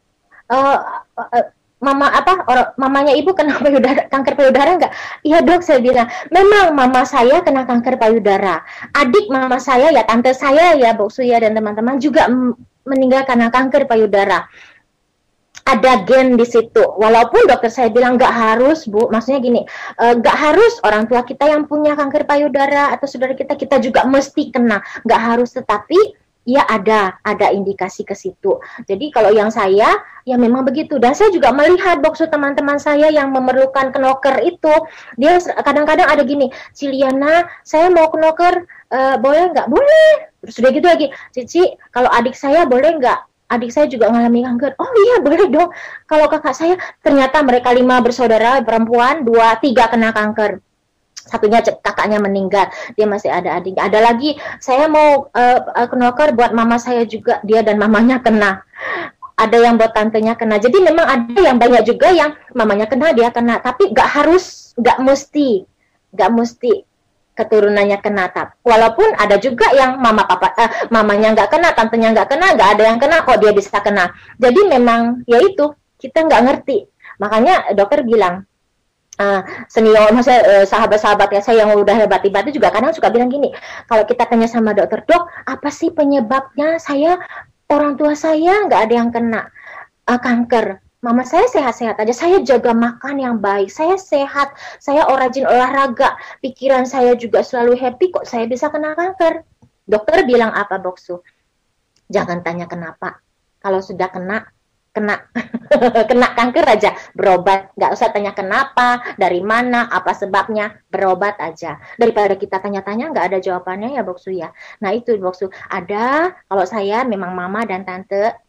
mamanya ibu kena kanker payudara nggak? Iya dok, saya bilang memang mama saya kena kanker payudara. Adik mama saya ya, tante saya ya Boksu ya dan teman-teman juga meninggal karena kanker payudara. Ada gen di situ. Walaupun dokter saya bilang nggak harus Bu, maksudnya gini, nggak harus orang tua kita yang punya kanker payudara atau saudara kita juga mesti kena. Nggak harus, tetapi ya ada indikasi ke situ. Jadi kalau yang saya, ya memang begitu. Dan saya juga melihat Boksu teman-teman saya yang memerlukan knocker itu, dia kadang-kadang ada gini, Ciliana, saya mau knocker, boleh nggak? Boleh. Terus udah gitu lagi, Cici, kalau adik saya boleh nggak? Adik saya juga mengalami kanker. Oh iya boleh dong. Kalau kakak saya, ternyata mereka 5 bersaudara perempuan, 2, 3 kena kanker. Satunya kakaknya meninggal, dia masih ada adiknya. Ada lagi, saya mau knocker buat mama saya juga, dia dan mamanya kena. Ada yang buat tantenya kena. Jadi memang ada yang banyak juga yang mamanya kena, dia kena. Tapi nggak mesti keturunannya kena. Walaupun ada juga yang mamanya nggak kena, tantenya nggak kena, nggak ada yang kena, kok dia bisa kena. Jadi memang ya itu, kita nggak ngerti. Makanya dokter bilang, senior, maksudnya sahabat-sahabat ya saya yang udah hebat-hebat itu juga kadang suka bilang gini, kalau kita tanya sama dokter, dok, apa sih penyebabnya orang tua saya nggak ada yang kena kanker, mama saya sehat-sehat aja, saya jaga makan yang baik, saya sehat, saya rajin olahraga, pikiran saya juga selalu happy, kok saya bisa kena kanker. Dokter bilang apa Boksu? Jangan tanya kenapa, kalau sudah kena kena kanker aja, berobat, nggak usah tanya kenapa, dari mana, apa sebabnya, berobat aja. Daripada kita tanya-tanya nggak ada jawabannya ya Boksu ya. Nah itu Boksu, ada, kalau saya memang mama dan tante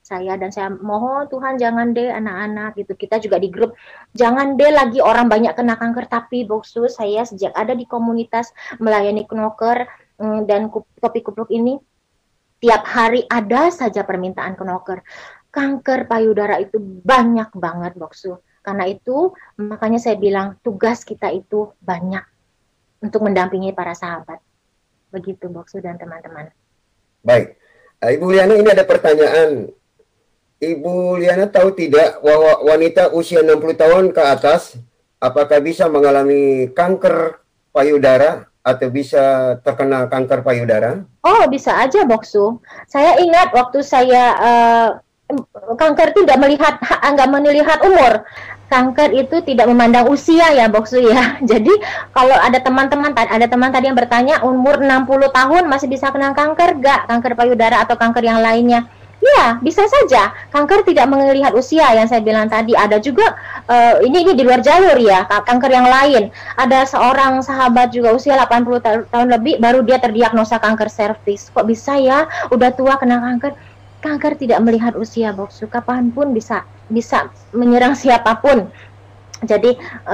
saya, dan saya mohon Tuhan jangan deh anak-anak gitu. Kita juga di grup jangan deh lagi orang banyak kena kanker, tapi boksu saya sejak ada di komunitas melayani knoker dan kopi kupluk ini, tiap hari ada saja permintaan knoker. Kanker payudara itu banyak banget boksu. Karena itu makanya saya bilang tugas kita itu banyak untuk mendampingi para sahabat. Begitu boksu dan teman-teman. Baik, Ibu Liana, ini ada pertanyaan. Ibu Liana tahu tidak bahwa wanita usia 60 tahun ke atas apakah bisa mengalami kanker payudara atau bisa terkena kanker payudara? Oh, bisa aja boksu. Saya ingat waktu saya kanker itu nggak melihat umur. Kanker itu tidak memandang usia ya boksu ya. Jadi kalau ada teman tadi yang bertanya umur 60 tahun masih bisa kena kanker nggak? Kanker payudara atau kanker yang lainnya? Ya, bisa saja. Kanker tidak melihat usia yang saya bilang tadi. Ada juga ini di luar jalur ya, kanker yang lain. Ada seorang sahabat juga usia 80 tahun lebih baru dia terdiagnosa kanker serviks. Kok bisa ya? Udah tua kena kanker. Kanker tidak melihat usia boksu, kapanpun bisa menyerang siapapun. Jadi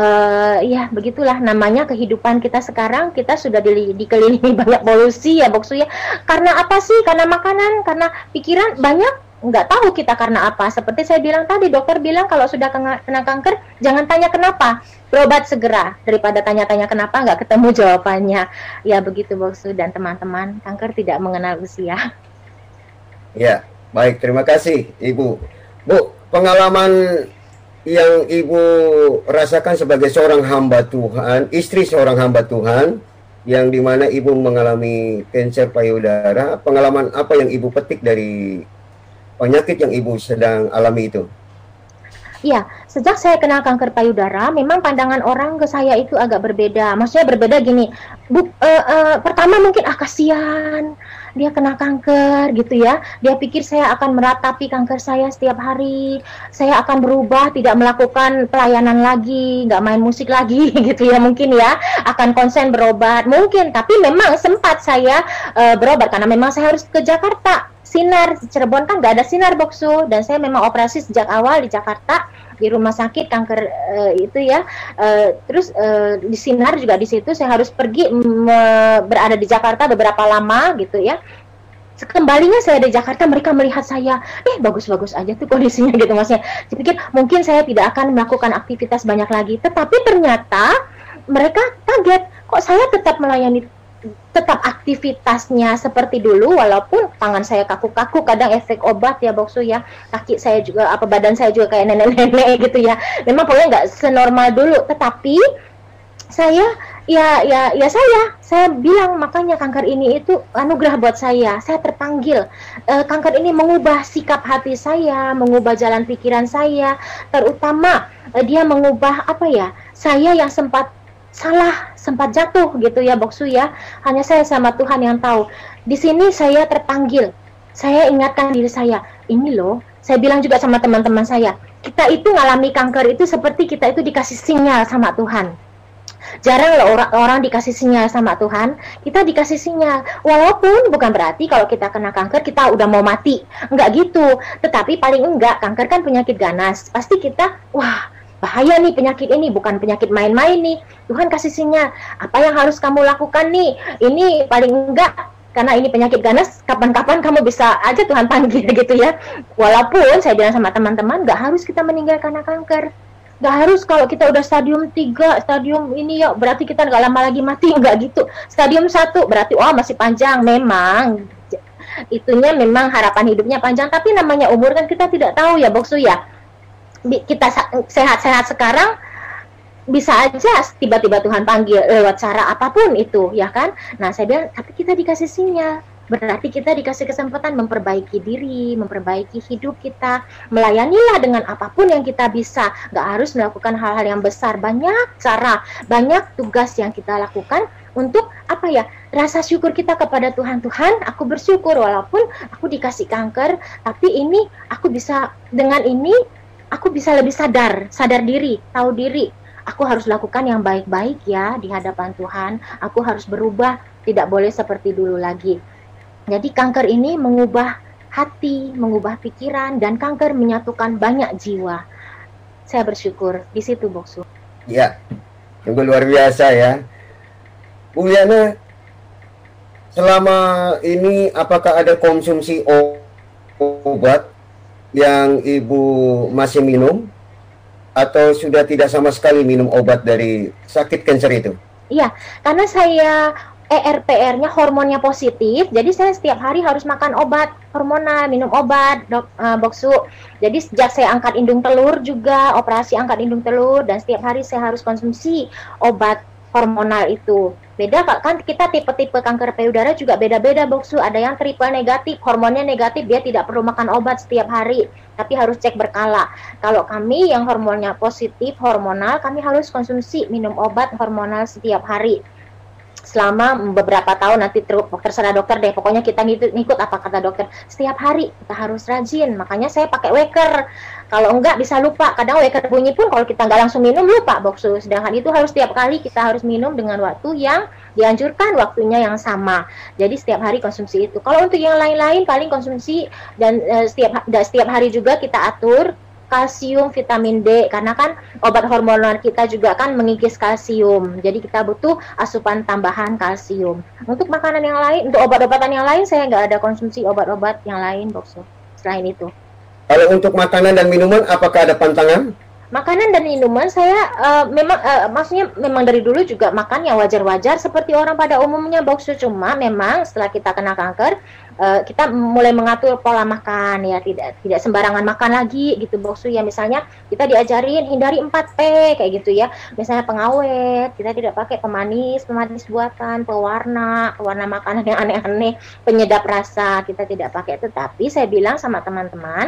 ya begitulah namanya kehidupan kita sekarang. Kita sudah dikelilingi banyak polusi ya boksu ya. Karena apa sih? Karena makanan, karena pikiran banyak, nggak tahu kita karena apa. Seperti saya bilang tadi, dokter bilang kalau sudah kena kanker jangan tanya kenapa, berobat segera daripada tanya-tanya kenapa nggak ketemu jawabannya. Ya begitu boksu dan teman-teman, kanker tidak mengenal usia. Ya, baik, terima kasih Ibu. Bu, pengalaman yang Ibu rasakan sebagai seorang hamba Tuhan, istri seorang hamba Tuhan, yang dimana Ibu mengalami kanker payudara, pengalaman apa yang Ibu petik dari penyakit yang Ibu sedang alami itu? Ya, sejak saya kena kanker payudara, memang pandangan orang ke saya itu agak berbeda. Maksudnya berbeda gini, pertama mungkin kasihan, dia kena kanker gitu ya. Dia pikir saya akan meratapi kanker saya setiap hari, saya akan berubah, tidak melakukan pelayanan lagi, nggak main musik lagi gitu ya mungkin ya, akan konsen berobat mungkin. Tapi memang sempat saya berobat karena memang saya harus ke Jakarta. Sinar, Cirebon kan nggak ada sinar boksu, dan saya memang operasi sejak awal di Jakarta di rumah sakit kanker itu ya. Terus di sinar juga di situ saya harus pergi berada di Jakarta beberapa lama gitu ya. Kembalinya saya di Jakarta, mereka melihat saya, bagus-bagus aja tuh kondisinya gitu maksudnya. Saya pikir mungkin saya tidak akan melakukan aktivitas banyak lagi, tetapi ternyata mereka kaget, kok saya tetap melayani, tetap aktivitasnya seperti dulu walaupun tangan saya kaku-kaku, kadang efek obat ya boksu ya, kaki saya juga badan saya juga kayak nenek-nenek gitu ya, memang pokoknya nggak senormal dulu, tetapi saya saya bilang makanya kanker ini itu anugerah buat saya terpanggil. Kanker ini mengubah sikap hati saya, mengubah jalan pikiran saya, terutama dia mengubah saya yang sempat salah, sempat jatuh gitu ya boksu ya, hanya saya sama Tuhan yang tahu. Di sini saya terpanggil, saya ingatkan diri saya, ini loh, saya bilang juga sama teman-teman saya, kita itu ngalami kanker itu seperti kita itu dikasih sinyal sama Tuhan. Jarang loh orang dikasih sinyal sama Tuhan, kita dikasih sinyal, walaupun bukan berarti kalau kita kena kanker kita udah mau mati, enggak gitu, tetapi paling enggak, kanker kan penyakit ganas, pasti kita, bahaya nih penyakit ini, bukan penyakit main-main nih. Tuhan kasih sinyal, apa yang harus kamu lakukan nih? Ini paling enggak, karena ini penyakit ganas, kapan-kapan kamu bisa aja Tuhan panggil gitu ya. Walaupun saya bilang sama teman-teman, nggak harus kita meninggal karena kanker. Nggak harus kalau kita udah stadium 3, stadium ini ya, berarti kita nggak lama lagi mati, nggak gitu. Stadium 1 berarti, masih panjang, memang. Itunya memang harapan hidupnya panjang, tapi namanya umur kan kita tidak tahu ya boksu ya. Kita sehat-sehat sekarang bisa aja tiba-tiba Tuhan panggil lewat cara apapun itu ya kan. Nah saya bilang tapi kita dikasih sinyal, berarti kita dikasih kesempatan memperbaiki diri, memperbaiki hidup kita, melayanilah dengan apapun yang kita bisa, nggak harus melakukan hal-hal yang besar. Banyak cara, banyak tugas yang kita lakukan untuk rasa syukur kita kepada Tuhan. Tuhan, aku bersyukur walaupun aku dikasih kanker, tapi ini aku bisa, dengan ini aku bisa lebih sadar diri, tahu diri. Aku harus lakukan yang baik-baik ya di hadapan Tuhan. Aku harus berubah, tidak boleh seperti dulu lagi. Jadi kanker ini mengubah hati, mengubah pikiran, dan kanker menyatukan banyak jiwa. Saya bersyukur di situ, Boksu. Ya, sungguh luar biasa ya. Bu Liana, selama ini apakah ada konsumsi obat yang Ibu masih minum? Atau sudah tidak sama sekali minum obat dari sakit kanker itu? Iya, karena saya ERPR-nya hormonnya positif, jadi saya setiap hari harus makan obat hormonal, minum obat, Boksu. Jadi sejak saya angkat indung telur juga, operasi angkat indung telur, dan setiap hari saya harus konsumsi obat hormonal itu. Beda kan, kita tipe-tipe kanker payudara juga beda-beda, Boksu. Ada yang triple negatif, hormonnya negatif, dia tidak perlu makan obat setiap hari, tapi harus cek berkala. Kalau kami yang hormonnya positif, hormonal, kami harus konsumsi minum obat hormonal setiap hari. Selama beberapa tahun, nanti terserah dokter deh, pokoknya kita ngikut apa kata dokter. Setiap hari kita harus rajin, makanya saya pakai waker. Kalau enggak bisa lupa, kadang waker bunyi pun kalau kita nggak langsung minum lupa, Boksu. Sedangkan itu harus setiap kali kita harus minum dengan waktu yang dianjurkan, waktunya yang sama. Jadi setiap hari konsumsi itu. Kalau untuk yang lain-lain paling konsumsi dan setiap hari juga kita atur kalsium, vitamin D, karena kan obat hormonal kita juga kan mengikis kalsium, jadi kita butuh asupan tambahan kalsium. Untuk makanan yang lain, untuk obat-obatan yang lain saya nggak ada konsumsi obat-obat yang lain, Boksu, selain itu. Kalau untuk makanan dan minuman, apakah ada pantangan? Makanan dan minuman saya maksudnya memang dari dulu juga makan yang wajar-wajar seperti orang pada umumnya, Boksu. Cuma memang setelah kita kena kanker, kita mulai mengatur pola makan ya, tidak sembarangan makan lagi gitu, Boksu. Ya misalnya kita diajarin hindari 4P kayak gitu ya. Misalnya pengawet, kita tidak pakai pemanis buatan, pewarna makanan yang aneh-aneh, penyedap rasa kita tidak pakai. Tetapi saya bilang sama teman-teman,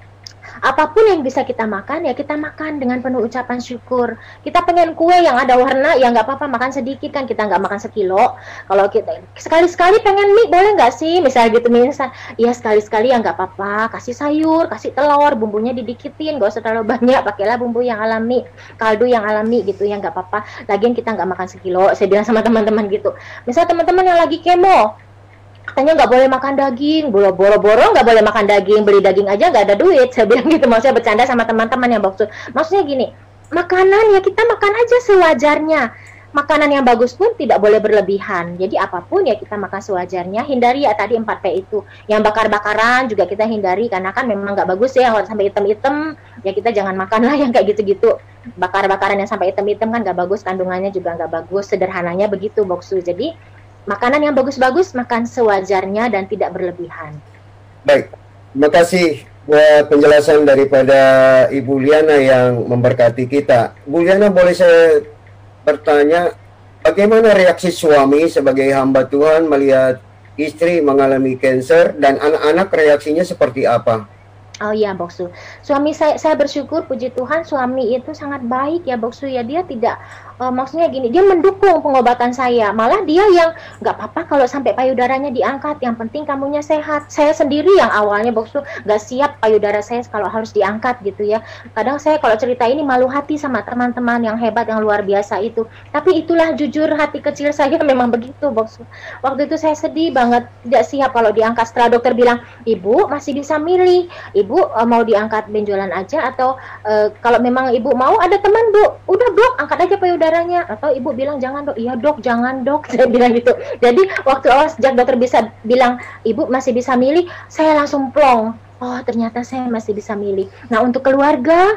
apapun yang bisa kita makan, ya kita makan dengan penuh ucapan syukur. Kita pengen kue yang ada warna, ya nggak apa-apa, makan sedikit kan, kita nggak makan sekilo. Kalau kita sekali-sekali pengen mie, boleh nggak sih? Misalnya gitu, ya sekali-sekali ya nggak apa-apa, kasih sayur, kasih telur, bumbunya didikitin, nggak usah terlalu banyak, pakailah bumbu yang alami, kaldu yang alami gitu, ya nggak apa-apa. Lagian kita nggak makan sekilo, saya bilang sama teman-teman gitu. Misalnya teman-teman yang lagi kemo, katanya nggak boleh makan daging, boro-boro nggak boleh makan daging, beli daging aja nggak ada duit, saya bilang gitu. Maksudnya bercanda sama teman-teman yang Boksu. Maksudnya gini, makanan ya kita makan aja sewajarnya. Makanan yang bagus pun tidak boleh berlebihan. Jadi apapun ya kita makan sewajarnya. Hindari ya tadi 4P itu. Yang bakar-bakaran juga kita hindari, karena kan memang nggak bagus ya, kalau sampai hitam-hitam ya kita jangan makan lah yang kayak gitu-gitu. Bakar-bakaran yang sampai hitam-hitam kan nggak bagus, kandungannya juga nggak bagus. Sederhananya begitu, Boksu. Jadi makanan yang bagus-bagus, makan sewajarnya dan tidak berlebihan. Baik, terima kasih buat penjelasan daripada Ibu Liana yang memberkati kita. Bu Liana, boleh saya bertanya, bagaimana reaksi suami sebagai hamba Tuhan melihat istri mengalami kanker, dan anak-anak reaksinya seperti apa? Oh iya, Boksu. Suami saya bersyukur, puji Tuhan, suami itu sangat baik ya, Boksu ya. Dia tidak maksudnya gini, dia mendukung pengobatan saya. Malah dia yang nggak apa-apa kalau sampai payudaranya diangkat, yang penting kamunya sehat. Saya sendiri yang awalnya, Boksu, nggak siap payudara saya kalau harus diangkat gitu ya. Kadang saya kalau cerita ini malu hati sama teman-teman yang hebat, yang luar biasa itu. Tapi itulah jujur hati kecil saya, memang begitu, Boksu. Waktu itu saya sedih banget, tidak siap kalau diangkat. Setelah dokter bilang, Ibu masih bisa milih, Ibu mau diangkat benjolan aja, atau kalau memang Ibu mau, ada teman Bu, udah Dok angkat aja payudaranya. Atau Ibu bilang jangan Dok, iya Dok jangan Dok, saya bilang gitu. Jadi waktu awal sejak dokter bisa bilang Ibu masih bisa milih, saya langsung plong, oh ternyata saya masih bisa milih. Nah untuk keluarga,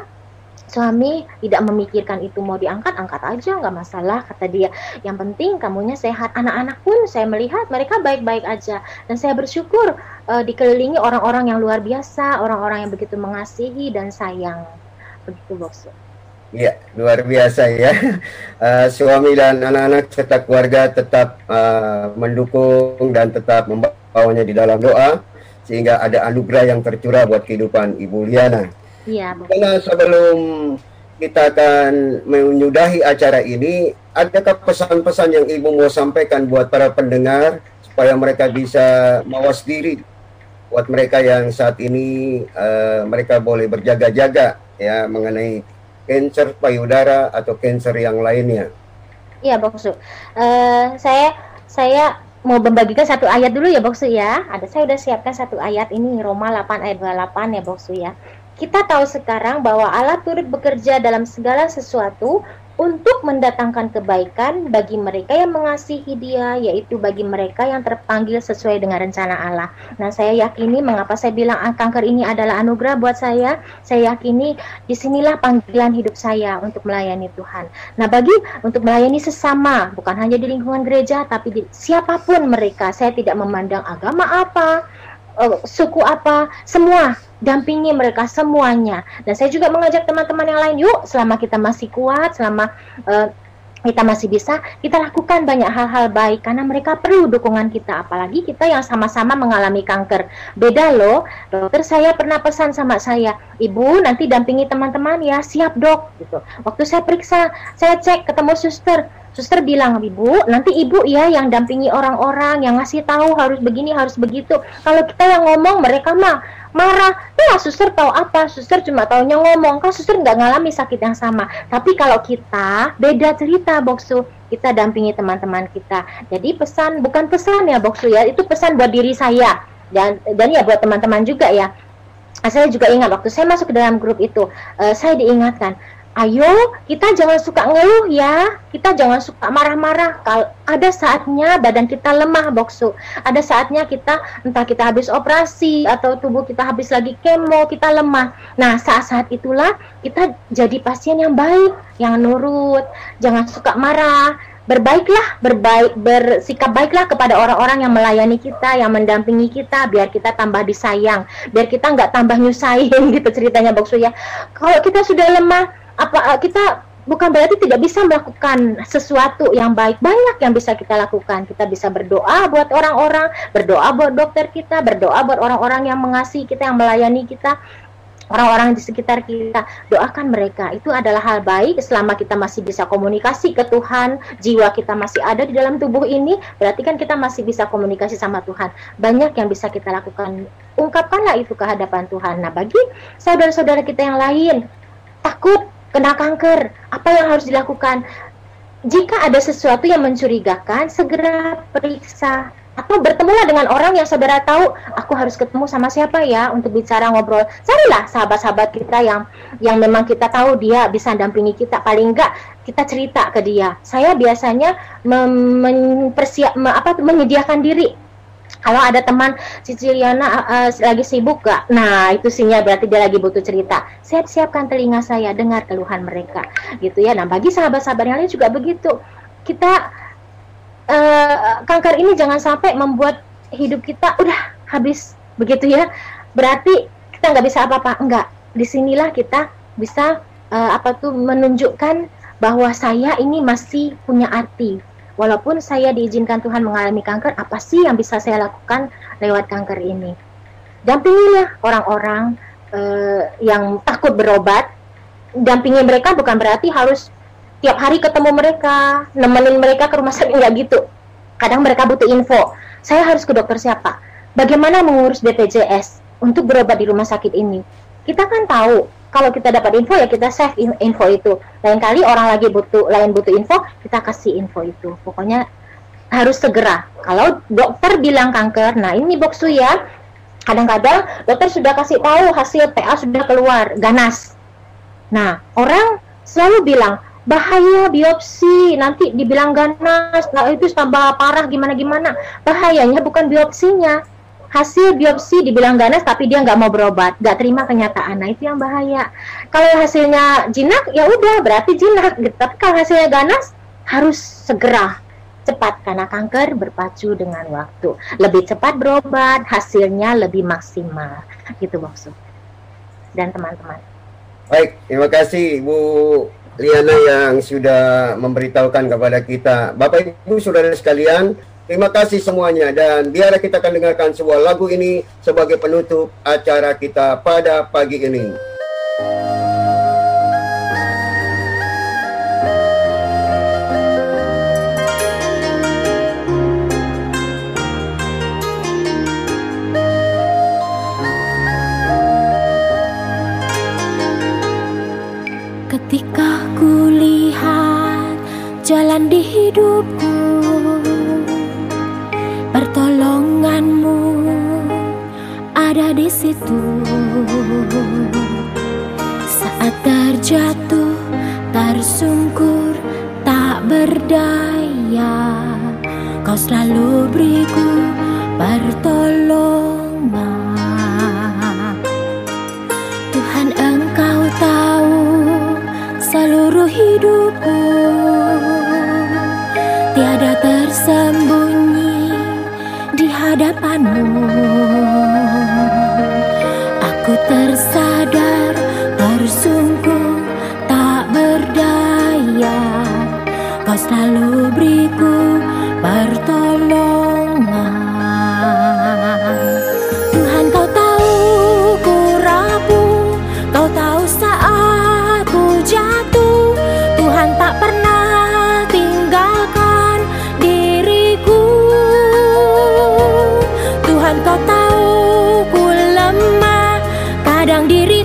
suami tidak memikirkan itu mau diangkat, angkat aja nggak masalah kata dia. Yang penting kamunya sehat. Anak-anak pun saya melihat mereka baik-baik aja, dan saya bersyukur dikelilingi orang-orang yang luar biasa, orang-orang yang begitu mengasihi dan sayang. Begitu, Boksu. Iya, luar biasa ya. Suami dan anak-anak serta keluarga tetap mendukung dan tetap membawanya di dalam doa, sehingga ada anugerah yang tercurah buat kehidupan Ibu Liana. Iya, Karena sebelum kita akan menyudahi acara ini, adakah pesan-pesan yang Ibu mau sampaikan buat para pendengar supaya mereka bisa mawas diri, buat mereka yang saat ini mereka boleh berjaga-jaga ya mengenai kanker payudara atau kanker yang lainnya? Iya, Boksu. Saya mau membagikan satu ayat dulu ya Boksu ya. Saya udah siapkan satu ayat ini, Roma 8 ayat 28 ya Boksu ya. Kita tahu sekarang bahwa Allah turut bekerja dalam segala sesuatu untuk mendatangkan kebaikan bagi mereka yang mengasihi Dia, yaitu bagi mereka yang terpanggil sesuai dengan rencana Allah. Nah, saya yakini mengapa saya bilang kanker ini adalah anugerah buat saya. Saya yakini disinilah panggilan hidup saya untuk melayani Tuhan. Nah, untuk melayani sesama, bukan hanya di lingkungan gereja, tapi siapapun mereka. Saya tidak memandang agama apa, suku apa, semua dampingi mereka semuanya. Dan saya juga mengajak teman-teman yang lain, yuk selama kita masih kuat, selama kita masih bisa, kita lakukan banyak hal-hal baik karena mereka perlu dukungan kita, apalagi kita yang sama-sama mengalami kanker. Beda loh, dokter saya pernah pesan sama saya, ibu nanti dampingi teman-teman ya, siap dok gitu. Waktu saya periksa, saya cek ketemu suster bilang, ibu nanti ibu ya yang dampingi orang-orang, yang ngasih tahu harus begini harus begitu. Kalau kita yang ngomong, mereka mah marah. Ya suster tahu apa, suster cuma taunya ngomong, kan suster nggak ngalami sakit yang sama. Tapi kalau kita beda cerita Boksu, kita dampingi teman-teman kita. Jadi pesan, bukan pesan ya Boksu ya, itu pesan buat diri saya dan ya buat teman-teman juga ya. Saya juga ingat waktu saya masuk ke dalam grup itu, saya diingatkan, ayo kita jangan suka ngeluh ya, kita jangan suka marah-marah. Kalau ada saatnya badan kita lemah Boksu, ada saatnya kita entah kita habis operasi atau tubuh kita habis lagi kemo, kita lemah. Nah saat-saat itulah kita jadi pasien yang baik, yang nurut, jangan suka marah. Berbaiklah, bersikap baiklah kepada orang-orang yang melayani kita, yang mendampingi kita, biar kita tambah disayang, biar kita nggak tambah nyusahin gitu ceritanya Boksu ya. Kalau kita sudah lemah, kita bukan berarti tidak bisa melakukan sesuatu yang baik. Banyak yang bisa kita lakukan. Kita bisa berdoa buat orang-orang, berdoa buat dokter kita, berdoa buat orang-orang yang mengasihi kita, yang melayani kita, orang-orang di sekitar kita. Doakan mereka. Itu adalah hal baik selama kita masih bisa komunikasi ke Tuhan, jiwa kita masih ada di dalam tubuh ini, berarti kan kita masih bisa komunikasi sama Tuhan. Banyak yang bisa kita lakukan. Ungkapkanlah itu ke hadapan Tuhan. Nah, bagi saudara-saudara kita yang lain, takut kena kanker, apa yang harus dilakukan? Jika ada sesuatu yang mencurigakan, segera periksa atau bertemulah dengan orang yang saudara tahu, aku harus ketemu sama siapa ya untuk bicara ngobrol. Carilah sahabat-sahabat kita yang memang kita tahu dia bisa dampingi kita. Paling enggak kita cerita ke dia. Saya biasanya menyediakan diri. Kalau ada teman Ciciliana lagi sibuk gak? Nah itu sinyal berarti dia lagi butuh cerita. Siapkan telinga saya, dengar keluhan mereka gitu ya. Nah bagi sahabat-sahabat yang lain juga begitu. Kita kanker ini jangan sampai membuat hidup kita udah habis begitu ya. Berarti kita nggak bisa apa-apa. Enggak. Disinilah kita bisa menunjukkan bahwa saya ini masih punya arti. Walaupun saya diizinkan Tuhan mengalami kanker, apa sih yang bisa saya lakukan lewat kanker ini? Dampingilah orang-orang yang takut berobat. Dampingi mereka bukan berarti harus tiap hari ketemu mereka, nemenin mereka ke rumah sakit, nggak gitu. Kadang mereka butuh info. Saya harus ke dokter siapa? Bagaimana mengurus BPJS untuk berobat di rumah sakit ini? Kita kan tahu, kalau kita dapat info ya kita save info itu. Lain kali orang butuh info, kita kasih info itu. Pokoknya harus segera. Kalau dokter bilang kanker, nah ini Boksu ya. Kadang-kadang dokter sudah kasih tahu hasil PA sudah keluar, ganas. Nah, orang selalu bilang, bahaya biopsi, nanti dibilang ganas, nah itu tambah parah gimana-gimana. Bahayanya bukan biopsinya. Hasil biopsi dibilang ganas tapi dia nggak mau berobat, nggak terima kenyataan. Nah itu yang bahaya. Kalau hasilnya jinak, ya udah berarti jinak gitu. Tapi kalau hasilnya ganas, harus segera, cepat, karena kanker berpacu dengan waktu. Lebih cepat berobat, hasilnya lebih maksimal. Gitu Boksu dan teman-teman. Baik, terima kasih Ibu Liana yang sudah memberitahukan kepada kita. Bapak Ibu Saudara sekalian, terima kasih semuanya, dan biarlah kita akan dengarkan sebuah lagu ini sebagai penutup acara kita pada pagi ini. Ketika kulihat jalan di hidupku situ. Saat terjatuh, tersungkur, tak berdaya, Kau selalu beriku pertolongan. Tuhan, Engkau tahu seluruh hidupku, tiada tersembunyi di hadapan-Mu. Aku tersadar, tersungkur, tak berdaya, Kau selalu beriku pertolongan. Tuhan, Kau tahu ku rapuh, Kau tahu saat ku jatuh. Tuhan tak pernah tinggalkan diriku. Tuhan, Kau tahu ku lemah, kadang diri